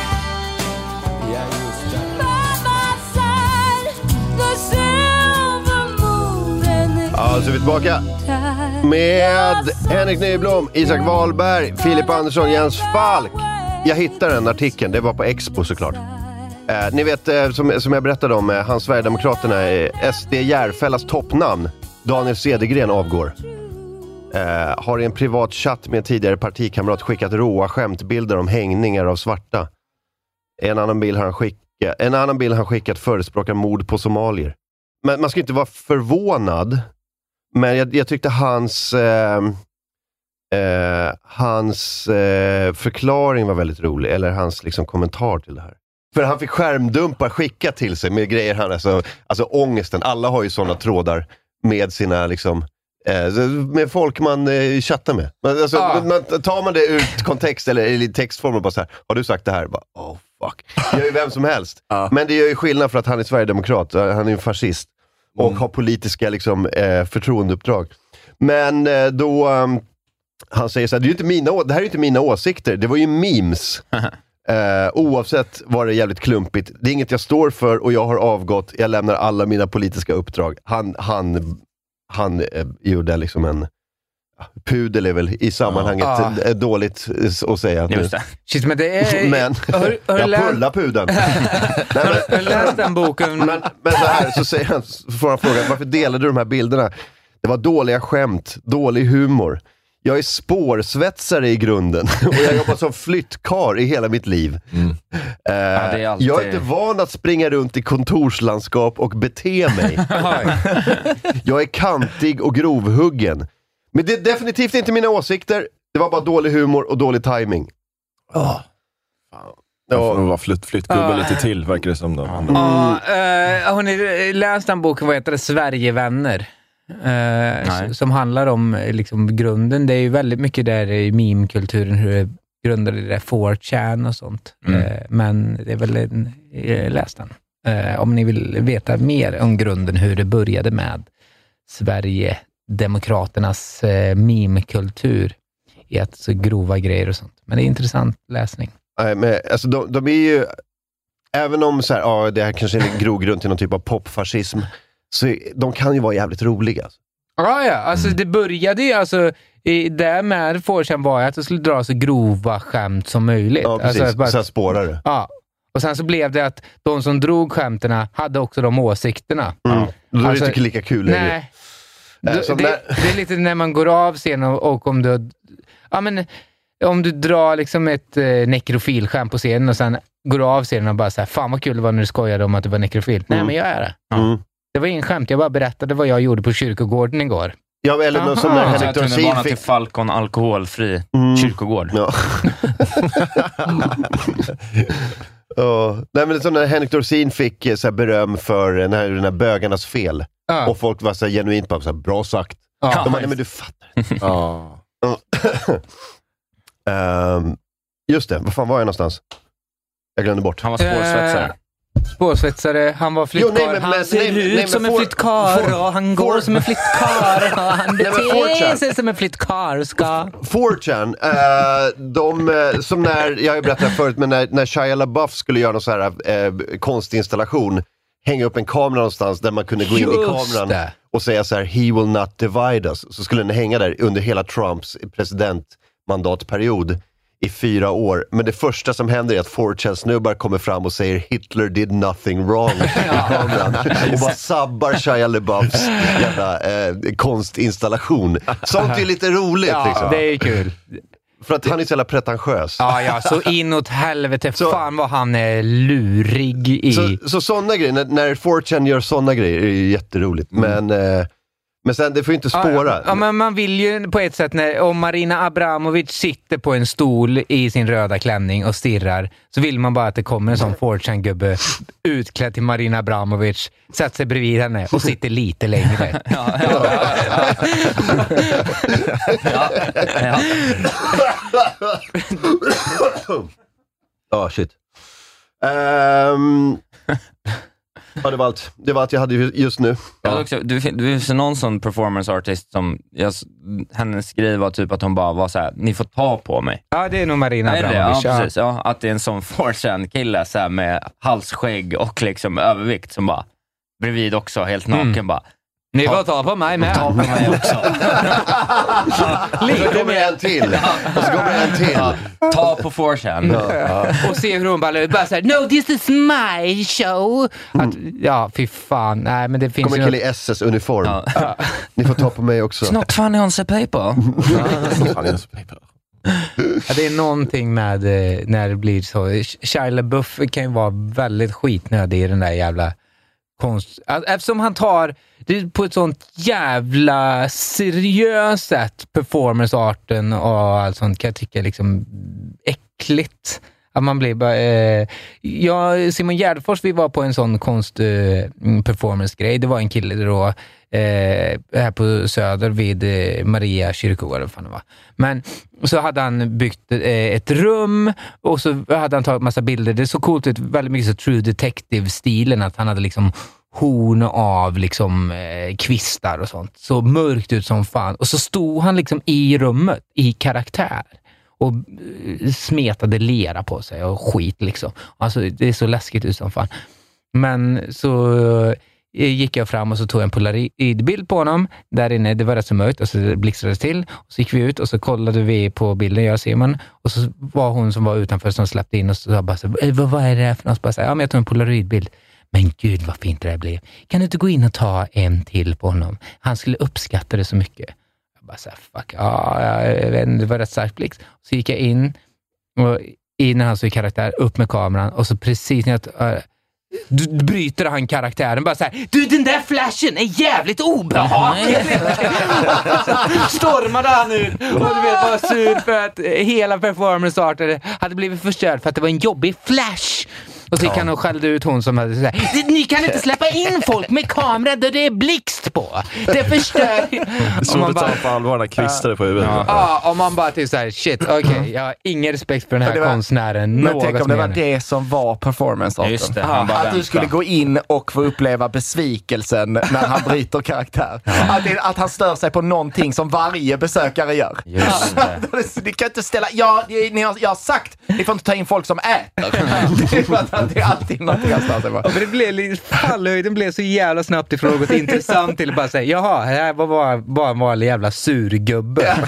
Ja, så är vi tillbaka med Henrik Nyblom, Isak Wahlberg, Filip Andersson, Jens Falk. Jag hittade den artikeln, det var på Expo såklart. Ni vet, som jag berättade om, han Sverigedemokraterna, SD Järfällas toppnamn, Daniel Cedergren, avgår. Har i en privat chatt med en tidigare partikamrat skickat råa skämtbilder om hängningar av svarta. En annan bild han skickat förespråkar mord på somalier. Men man ska inte vara förvånad. Men jag tyckte hans hans förklaring var väldigt rolig, eller hans liksom kommentar till det här. För han fick skärmdumpar skicka till sig med grejer han, alltså ångesten. Alla har ju sådana trådar med sina liksom, med folk man chattar med. Alltså, tar man det ur kontext eller i textform och bara så här, har du sagt det här? Bara, oh fuck. Det gör ju vem som helst. Men det gör ju skillnad för att han är sverigedemokrat. Han är en fascist. Och har politiska liksom, förtroendeuppdrag. Men då han säger så här, det här är ju inte mina åsikter. Det var ju memes. Oavsett vad det är jävligt klumpigt. Det är inget jag står för och jag har avgått. Jag lämnar alla mina politiska uppdrag. Han gjorde liksom en pudel är väl i sammanhanget dåligt att säga. Just det. Shit, men det är... Men jag pullar pudeln. Jag läste den boken. Men så här, så säger han, så får han fråga, varför delade du de här bilderna? Det var dåliga skämt, dålig humor. Jag är spårsvetsare i grunden och jag jobbar som flyttkar i hela mitt liv. Jag är inte van att springa runt i kontorslandskap och bete mig. Jag är kantig och grovhuggen. Men det är definitivt inte mina åsikter. Det var bara dålig humor och dålig timing. Jag får nog vara flyttgubbe lite till, verkar det som då. Har ni läst den boken, vad heter det? Sverigevänner? Som handlar om liksom grunden. Det är ju väldigt mycket där i meme-kulturen, hur det grundade det 4chan och sånt. Men det är väl läs den. Om ni vill veta mer om grunden, hur det började med Sverigedemokraternas meme-kultur i att så grova grejer och sånt. Men det är intressant läsning. Nej, men alltså de är ju, även om så här, det här kanske är en grogrund till någon typ av popfascism, så de kan ju vara jävligt roliga. Alltså. Alltså det började ju alltså det med 4chan var att det skulle dra så grova skämt som möjligt. Ja, precis. Alltså, så spårare. Ja. Och sen så blev det att de som drog skämterna hade också de åsikterna. Då är det inte lika kul längre. Nej. Det är lite när man går av scenen och om du... Ja, men om du drar liksom ett nekrofilskämt på scenen och sen går du av scenen och bara så här, fan vad kul det var när du skojade om att du var nekrofil. Nej, men jag är det. Det var ingen skämt, jag bara berättade vad jag gjorde på kyrkogården igår. Ja, eller något som när Henrik Dorsin fick... till Falcon alkoholfri kyrkogård. Ja. Nej, men som när Henrik Dorsin fick så här beröm för den här bögarnas fel. Och folk var så här genuint bara så här, bra sagt. De bara, nej men du fattar. Just det, vad fan var jag någonstans? Jag glömde bort. Han var spårsvetsare, han var flyttkar. Han ser ut som en flyttkar och han går som en flyttkar och han beter sig som en flyttkar ska. 4chan, som när, jag har ju berättat förut, men när Shia LaBeouf skulle göra någon så här konstinstallation, hänga upp en kamera någonstans där man kunde gå in i kameran och säga så här, he will not divide us. Så skulle den hänga där under hela Trumps presidentmandatperiod i 4 år. Men det första som händer är att 4chan-snubbar kommer fram och säger Hitler did nothing wrong och bara sabbar Shia LaBeoufs jävla konstinstallation. Sånt är lite roligt. Ja, liksom. Det är kul. För att han är så jävla pretentiös. Ja, så inåt helvete. Fan vad han är lurig i. Så sådana grejer, när 4chan gör sådana grejer är det jätteroligt. Men sen, det får ju inte spåra. Ja, men man vill ju på ett sätt, om Marina Abramovic sitter på en stol i sin röda klänning och stirrar, så vill man bara att det kommer en sån 4chan-gubbe utklädd till Marina Abramovic, sätter sig bredvid henne och sitter lite längre. Shit. Ja, det var allt. Det var allt jag hade just nu. Du finns någon sån performance artist som hennes grej var typ att hon bara var så här: ni får ta på mig. Ja, det är nog Marina Abramovic. Ja, precis. Ja, att det är en sån 4chan-kille så här, med halsskägg och liksom övervikt som bara bredvid också helt naken bara. Ni får ta på mig med. Ta på mig också. Så kommer en till. Och så kommer en till. Ta på 4chan. Och se hur hon bara säger, no, this is my show. Fy fan. Nej, men det finns kommer kille i SS-uniform. Ni får ta på mig också. It's not funny on the paper. Det är någonting med när det blir så. Shia LaBeouf kan ju vara väldigt skitnödig i den där jävla konst. Eftersom han tar det på ett sånt jävla seriöst sätt, performance-arten och allt sånt, kan jag tycka liksom äckligt. Att man blir bara... Simon Gärdenfors, vi var på en sån konst-performance-grej. Det var en kille då här på Söder vid Maria kyrkogård, eller vad fan det var. Men så hade han byggt ett rum och så hade han tagit massa bilder. Det såg coolt ut, väldigt mycket så True Detective-stilen, att han hade liksom horn av liksom kvistar och sånt. Så mörkt ut som fan. Och så stod han liksom i rummet i karaktär och smetade lera på sig och skit liksom. Alltså det är så läskigt ut som fan. Men så gick jag fram och så tog jag en polaroidbild på honom. Där inne, det var rätt så mörkt och så blixtrade det till. Och så gick vi ut och så kollade vi på bilden, jag och Simon. Och så var hon som var utanför som släppte in och så sa bara så, vad är det för något? Bara så, ja, men jag tog en polaroidbild. Men gud vad fint det där blev. Kan du inte gå in och ta en till på honom? Han skulle uppskatta det så mycket. Jag bara så här, fuck, jag vet inte, det var rätt starkt blixt. Så gick jag in och när han såg karaktär, upp med kameran och så precis när jag bryter han karaktären bara så här, du, den där flashen är jävligt obehaglig. Stormade han ut och du vet, var sur för att hela performance-arten hade blivit förstörd för att det var en jobbig flash. Och så gick han och skällde ut hon som hade så här, ni kan inte släppa in folk med kamera där det är blixt på. Det förstör. Det är svårt att ta på allvar när kvistade på huvudet. Ja, om man bara typ såhär, shit, okej, jag har ingen respekt för den här konstnären. Men tänk om det var det som var performance-arten. Just det, att du skulle gå in och få uppleva besvikelsen när han bryter karaktär. Att han stör sig på någonting som varje besökare gör. Just det. Ni kan inte ställa... jag har sagt, ni får inte ta in folk som äter. Det är alltid någonting jag stör sig på. Ja, men det blev fallhöjden blev så jävla snabbt ifrån något intressant till att bara säga, jaha, det här var bara en vanlig jävla surgubbe.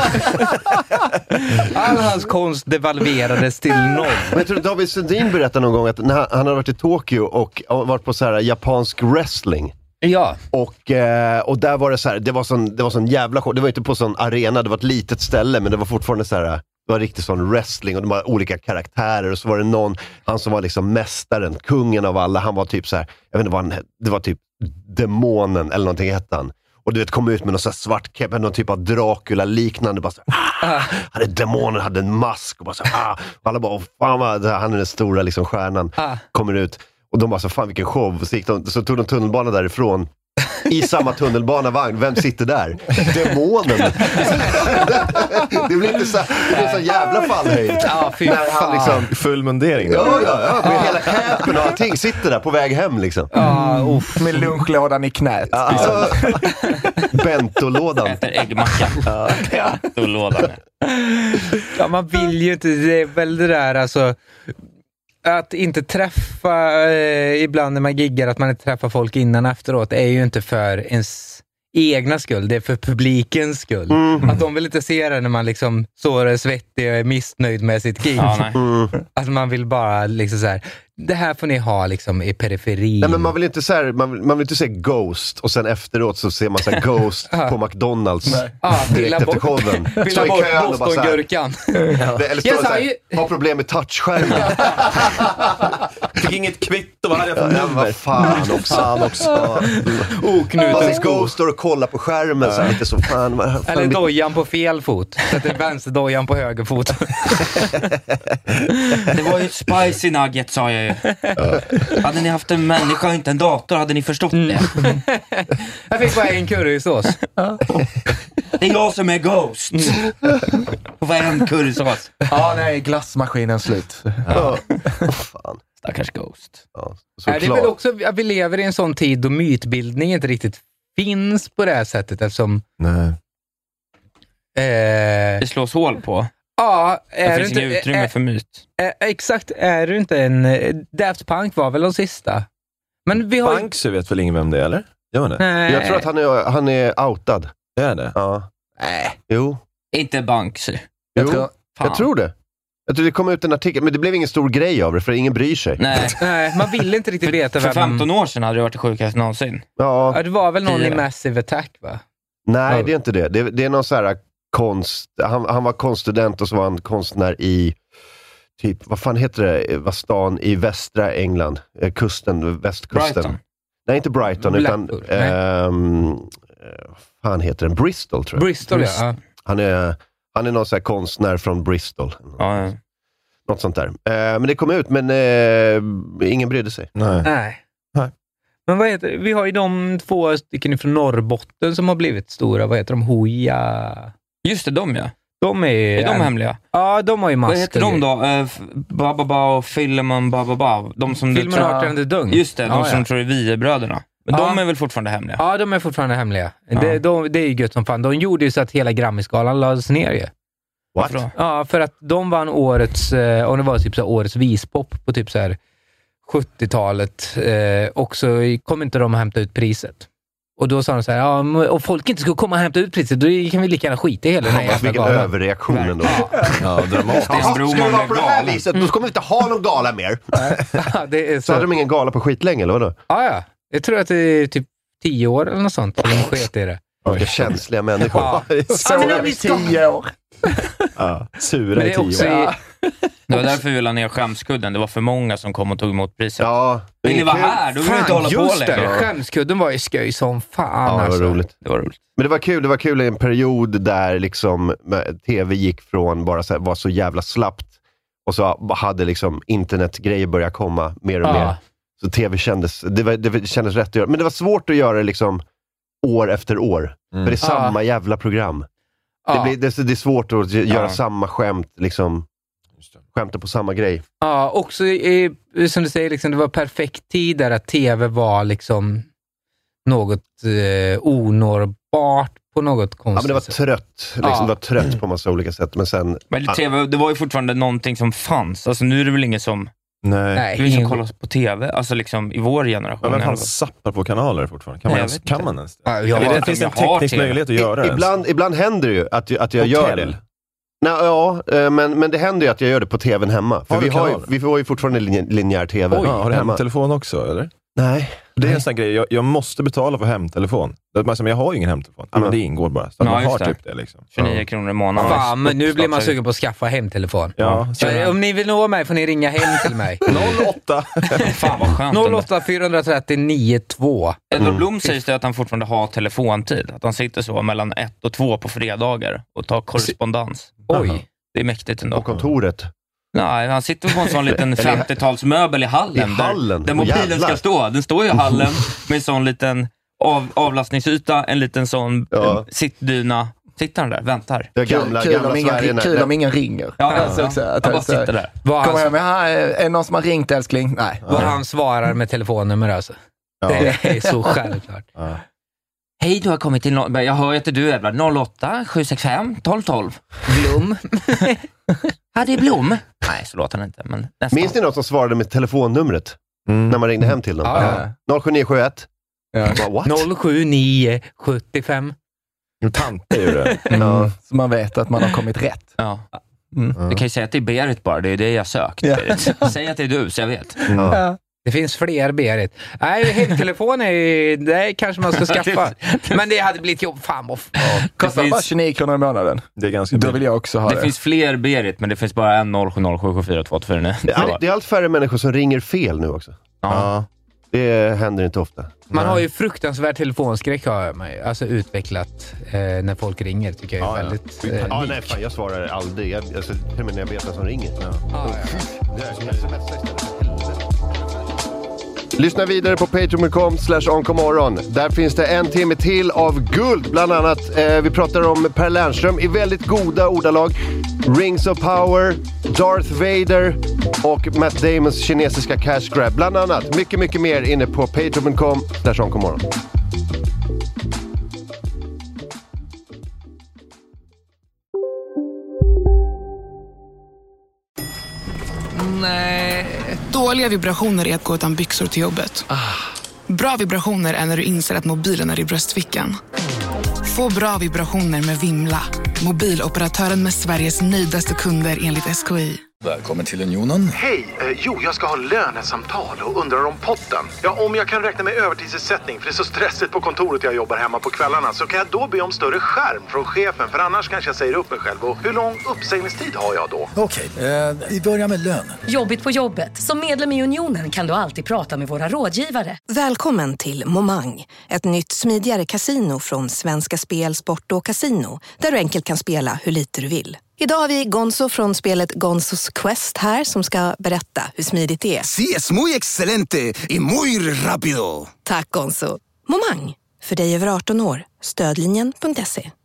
All hans konst devalverades till noll. Men jag tror David Sundin berättade någon gång att när han hade varit i Tokyo och varit på så här japansk wrestling. Ja. Och där var det så här, det var sån jävla show. Det var inte på sån arena, det var ett litet ställe, men det var fortfarande så här, det var riktigt sån wrestling och de var olika karaktärer och så var det någon, han som var liksom mästaren, kungen av alla, han var typ så här, jag vet inte vad det var typ demonen eller någonting hette han. Och du vet, kom ut med någon så här svart kepp, någon typ av Dracula-liknande, bara så hade demonen, hade en mask och bara så och alla bara, fan vad, han är den stora liksom stjärnan, kommer ut. Och de bara så, fan vilken show. Så tog de tunnelbanan därifrån. I samma tunnelbanavagn. Vem sitter där? Demonen. Det blir inte så, så jävla fallhöjd. Ja, fy när han liksom, full mundering. Ja. Med hela käpen och allting sitter där på väg hem liksom. Med lunchlådan i knät. Bentolådan. Äter äggmacka. Bentolådan. Ja, man vill ju inte. Det är väl det där alltså... Att inte träffa ibland när man giggar, att man inte träffar folk innan efteråt, är ju inte för ens egna skull, det är för publikens skull. Att de vill inte se det när man liksom så är svettig och är missnöjd med sitt gig. Att man vill bara liksom så här, det här får ni ha liksom i periferin. Nej, men man vill inte så här, man vill inte se Ghost och sen efteråt så ser man så här Ghost på McDonalds direkt efter showen. Pilla bort Boston-gurkan. Eller står så har problem med touchskärmen. Fick inget kvitto, vad hade jag för nummer? Vad fan också. Knutens Ghost står och kollar på skärmen så här, lite så fan. Eller dojan på fel fot. Sätter vänster dojan på höger fot. Det var ju ett spicy nugget, sa jag ju. Hade ni haft en människa och inte en dator hade ni förstått det. Jag fick bara en currysås. Det är jag som är Ghost. Vad är en currysås? Nej, glassmaskinen slut. Fan. Stackars Ghost. Det är väl också att vi lever i en sån tid då mytbildning inte riktigt finns på det här sättet, eftersom det slås hål på. Ja, det finns inget utrymme för myt. Exakt, är du inte en... Daft Punk var väl de sista? Men vi har... Banksy vet väl ingen vem det är, eller? Gör det? Nej. Jag tror att han är outad. Det är det? Ja. Nej. Jo. Inte Banksy. Jag tror det. Jag tror det kom ut en artikel, men det blev ingen stor grej av det, för ingen bryr sig. Nej, man vill inte riktigt veta vem... För 15 år sedan hade det varit det sjukaste någonsin. Ja, det var väl någon i Massive Attack, va? Nej, det är inte det. Det är någon så här konst... Han var konststudent och så var han konstnär i typ, vad fan heter det? Vad stan i västra England? Västkusten. Brighton. Nej, inte Brighton, utan fan heter den? Bristol, tror jag. Bristol, ja. Han är någon sån här konstnär från Bristol. Ja. Något sånt där. Men det kom ut, men ingen brydde sig. Nej. Men vad heter det? Vi har ju de 2 stycken från Norrbotten som har blivit stora. Vad heter de? Hoja? Just det, de ja. De är de hemliga? Ja, de har ju massor. Vad heter de då? Bababa och Filmen Bababa. De som Filmen Arthur and the Dung. Just det, de som tror är Wiebröderna. Men de är väl fortfarande hemliga? Ja, de är fortfarande hemliga. Det är ju gött som fan. De gjorde ju så att hela Grammy-skalan lades ner ju. What? Ja, för att de vann årets, om det var typ så årets vispop på typ så här 70-talet. Och så kom inte de att hämta ut priset. Och då sa de så här, och folk inte skulle komma och hämta ut priset, då kan vi lika gärna skita i hela den här jävla vilken galan. överreaktion ändå. Ja, dramatiskt. Ska det vara på det här viset, då kommer vi inte ha någon gala mer. Det är så hade de ingen gala på skitlänge, eller vadå? Ja. Jag tror att det är typ 10 år eller något sånt. De sket i det. Vilka känsliga människor. Så men i 10 år. Sura i 10 år. Det var därför vi la ner skämskudden. Det var för många som kom och tog emot priset. Ja. Vill ni vara här? Då vill vi inte hålla på längre. Skämskudden var ju sköj som fan. Ja, det var roligt. Det var roligt. Men det var kul i en period där liksom tv gick från bara så här, var så jävla slappt. Och så hade liksom internetgrejer börjat komma mer och mer. Så tv kändes, det kändes rätt att göra. Men det var svårt att göra det liksom år efter år. För det är samma jävla program. Det är svårt att göra samma skämt liksom. Skämta på samma grej. Ja, också som du säger, liksom, det var perfekt tid där att tv var liksom något onårbart på något konstigt. Ja, men det var trött. Liksom, det var trött på massa olika sätt. Men sen... Men tv, det var ju fortfarande någonting som fanns. Alltså nu är det väl ingen som... Nej. Det är ingen som kollar på tv. Alltså liksom i vår generation. Men vem fan zappar på kanaler fortfarande? Kan man ens det? Det finns en teknisk möjlighet att göra det. Ibland händer det ju att jag gör det. Nej, men det händer ju att jag gör det på tvn hemma. För vi har ju fortfarande linjär tv. Har du hemtelefon också, eller? Nej. Det är en sån grej, jag måste betala för hemtelefon. Jag har ju ingen hemtelefon. Men det ingår bara. Så man har typ det liksom. 29 kronor i månaden. Fan, men nu blir man sugen på att skaffa hemtelefon. Ja. Om ni vill nå mig får ni ringa hem till mig. 08. Fan vad skönt. 08 430 92. Edvard Blom sägs det att han fortfarande har telefontid. Att han sitter så mellan 1 och 2 på fredagar och tar korrespondens. Oj. Det är mäktigt ändå. På kontoret. Nej, han sitter på en sån liten 50-talsmöbel i hallen. Där mobilen ska stå. Den står ju i hallen med en sån liten avlastningsyta, en liten sån sittdyna. Sitter han där, väntar. Kul om ingen ringer. Ja, alltså, jag bara sitter där. Kommer jag med, är det någon som har ringt, älskling? Nej. Vad han svarar med telefonnummer alltså. Ja. Det är så självklart. Ja. Hej, du har kommit till... Jag hör att du är 08 765 1212. Blom. Ja, det är Blom. Nej, så låter han inte. Men minns ni något som svarade med telefonnumret? När man ringde hem till dem? 07971. Ja. 07975. Tante är ju det. Så man vet att man har kommit rätt. Ja. Du kan ju säga att det är Berit bara. Det är det jag sökt. Säg att det är du, så jag vet. Det finns fler Berit. Nej, hemtelefon det kanske man ska skaffa. Men det hade blivit jobb. Fan vad kostar bara 29 kronor i månaden. Det är ganska Då vill jag också ha det. Det finns fler Berit, men det finns bara en 070774224. Det är allt färre människor som ringer fel nu också. Ja. Det händer inte ofta. Man har ju fruktansvärd telefonskräck alltså utvecklat när folk ringer, tycker jag är väldigt nej, fan, jag svarar aldrig. Till och med när jag vet vad som ringer. Lyssna vidare på patreon.com/onkomorron. Där finns det en timme till av guld. Bland annat, vi pratar om Per Lernström i väldigt goda ordalag. Rings of Power, Darth Vader och Matt Damons kinesiska cash grab. Bland annat, mycket, mycket mer inne på patreon.com/onkomorron. Nej. Dåliga vibrationer är att gå utan byxor till jobbet. Bra vibrationer är när du inser att mobilen är i bröstfickan. Få bra vibrationer med Vimla. Mobiloperatören med Sveriges nöjdaste kunder enligt SKI. Välkommen till Unionen. Hej, jag ska ha lönesamtal och undrar om potten. Ja, om jag kan räkna med övertidsersättning för det är så stressigt på kontoret jag jobbar hemma på kvällarna, så kan jag då be om större skärm från chefen, för annars kanske jag säger upp mig själv. Och hur lång uppsägningstid har jag då? Okej, vi börjar med lön. Jobbigt på jobbet. Som medlem i Unionen kan du alltid prata med våra rådgivare. Välkommen till Momang, ett nytt smidigare kasino från Svenska Spel, Sport och Casino, där du enkelt kan spela hur lite du vill. Idag har vi Gonzo från spelet Gonzos Quest här som ska berätta hur smidigt det är. Sí, es muy excelente y muy rápido. Tack Gonzo. Momang, för dig över 18 år. Stödlinjen.se.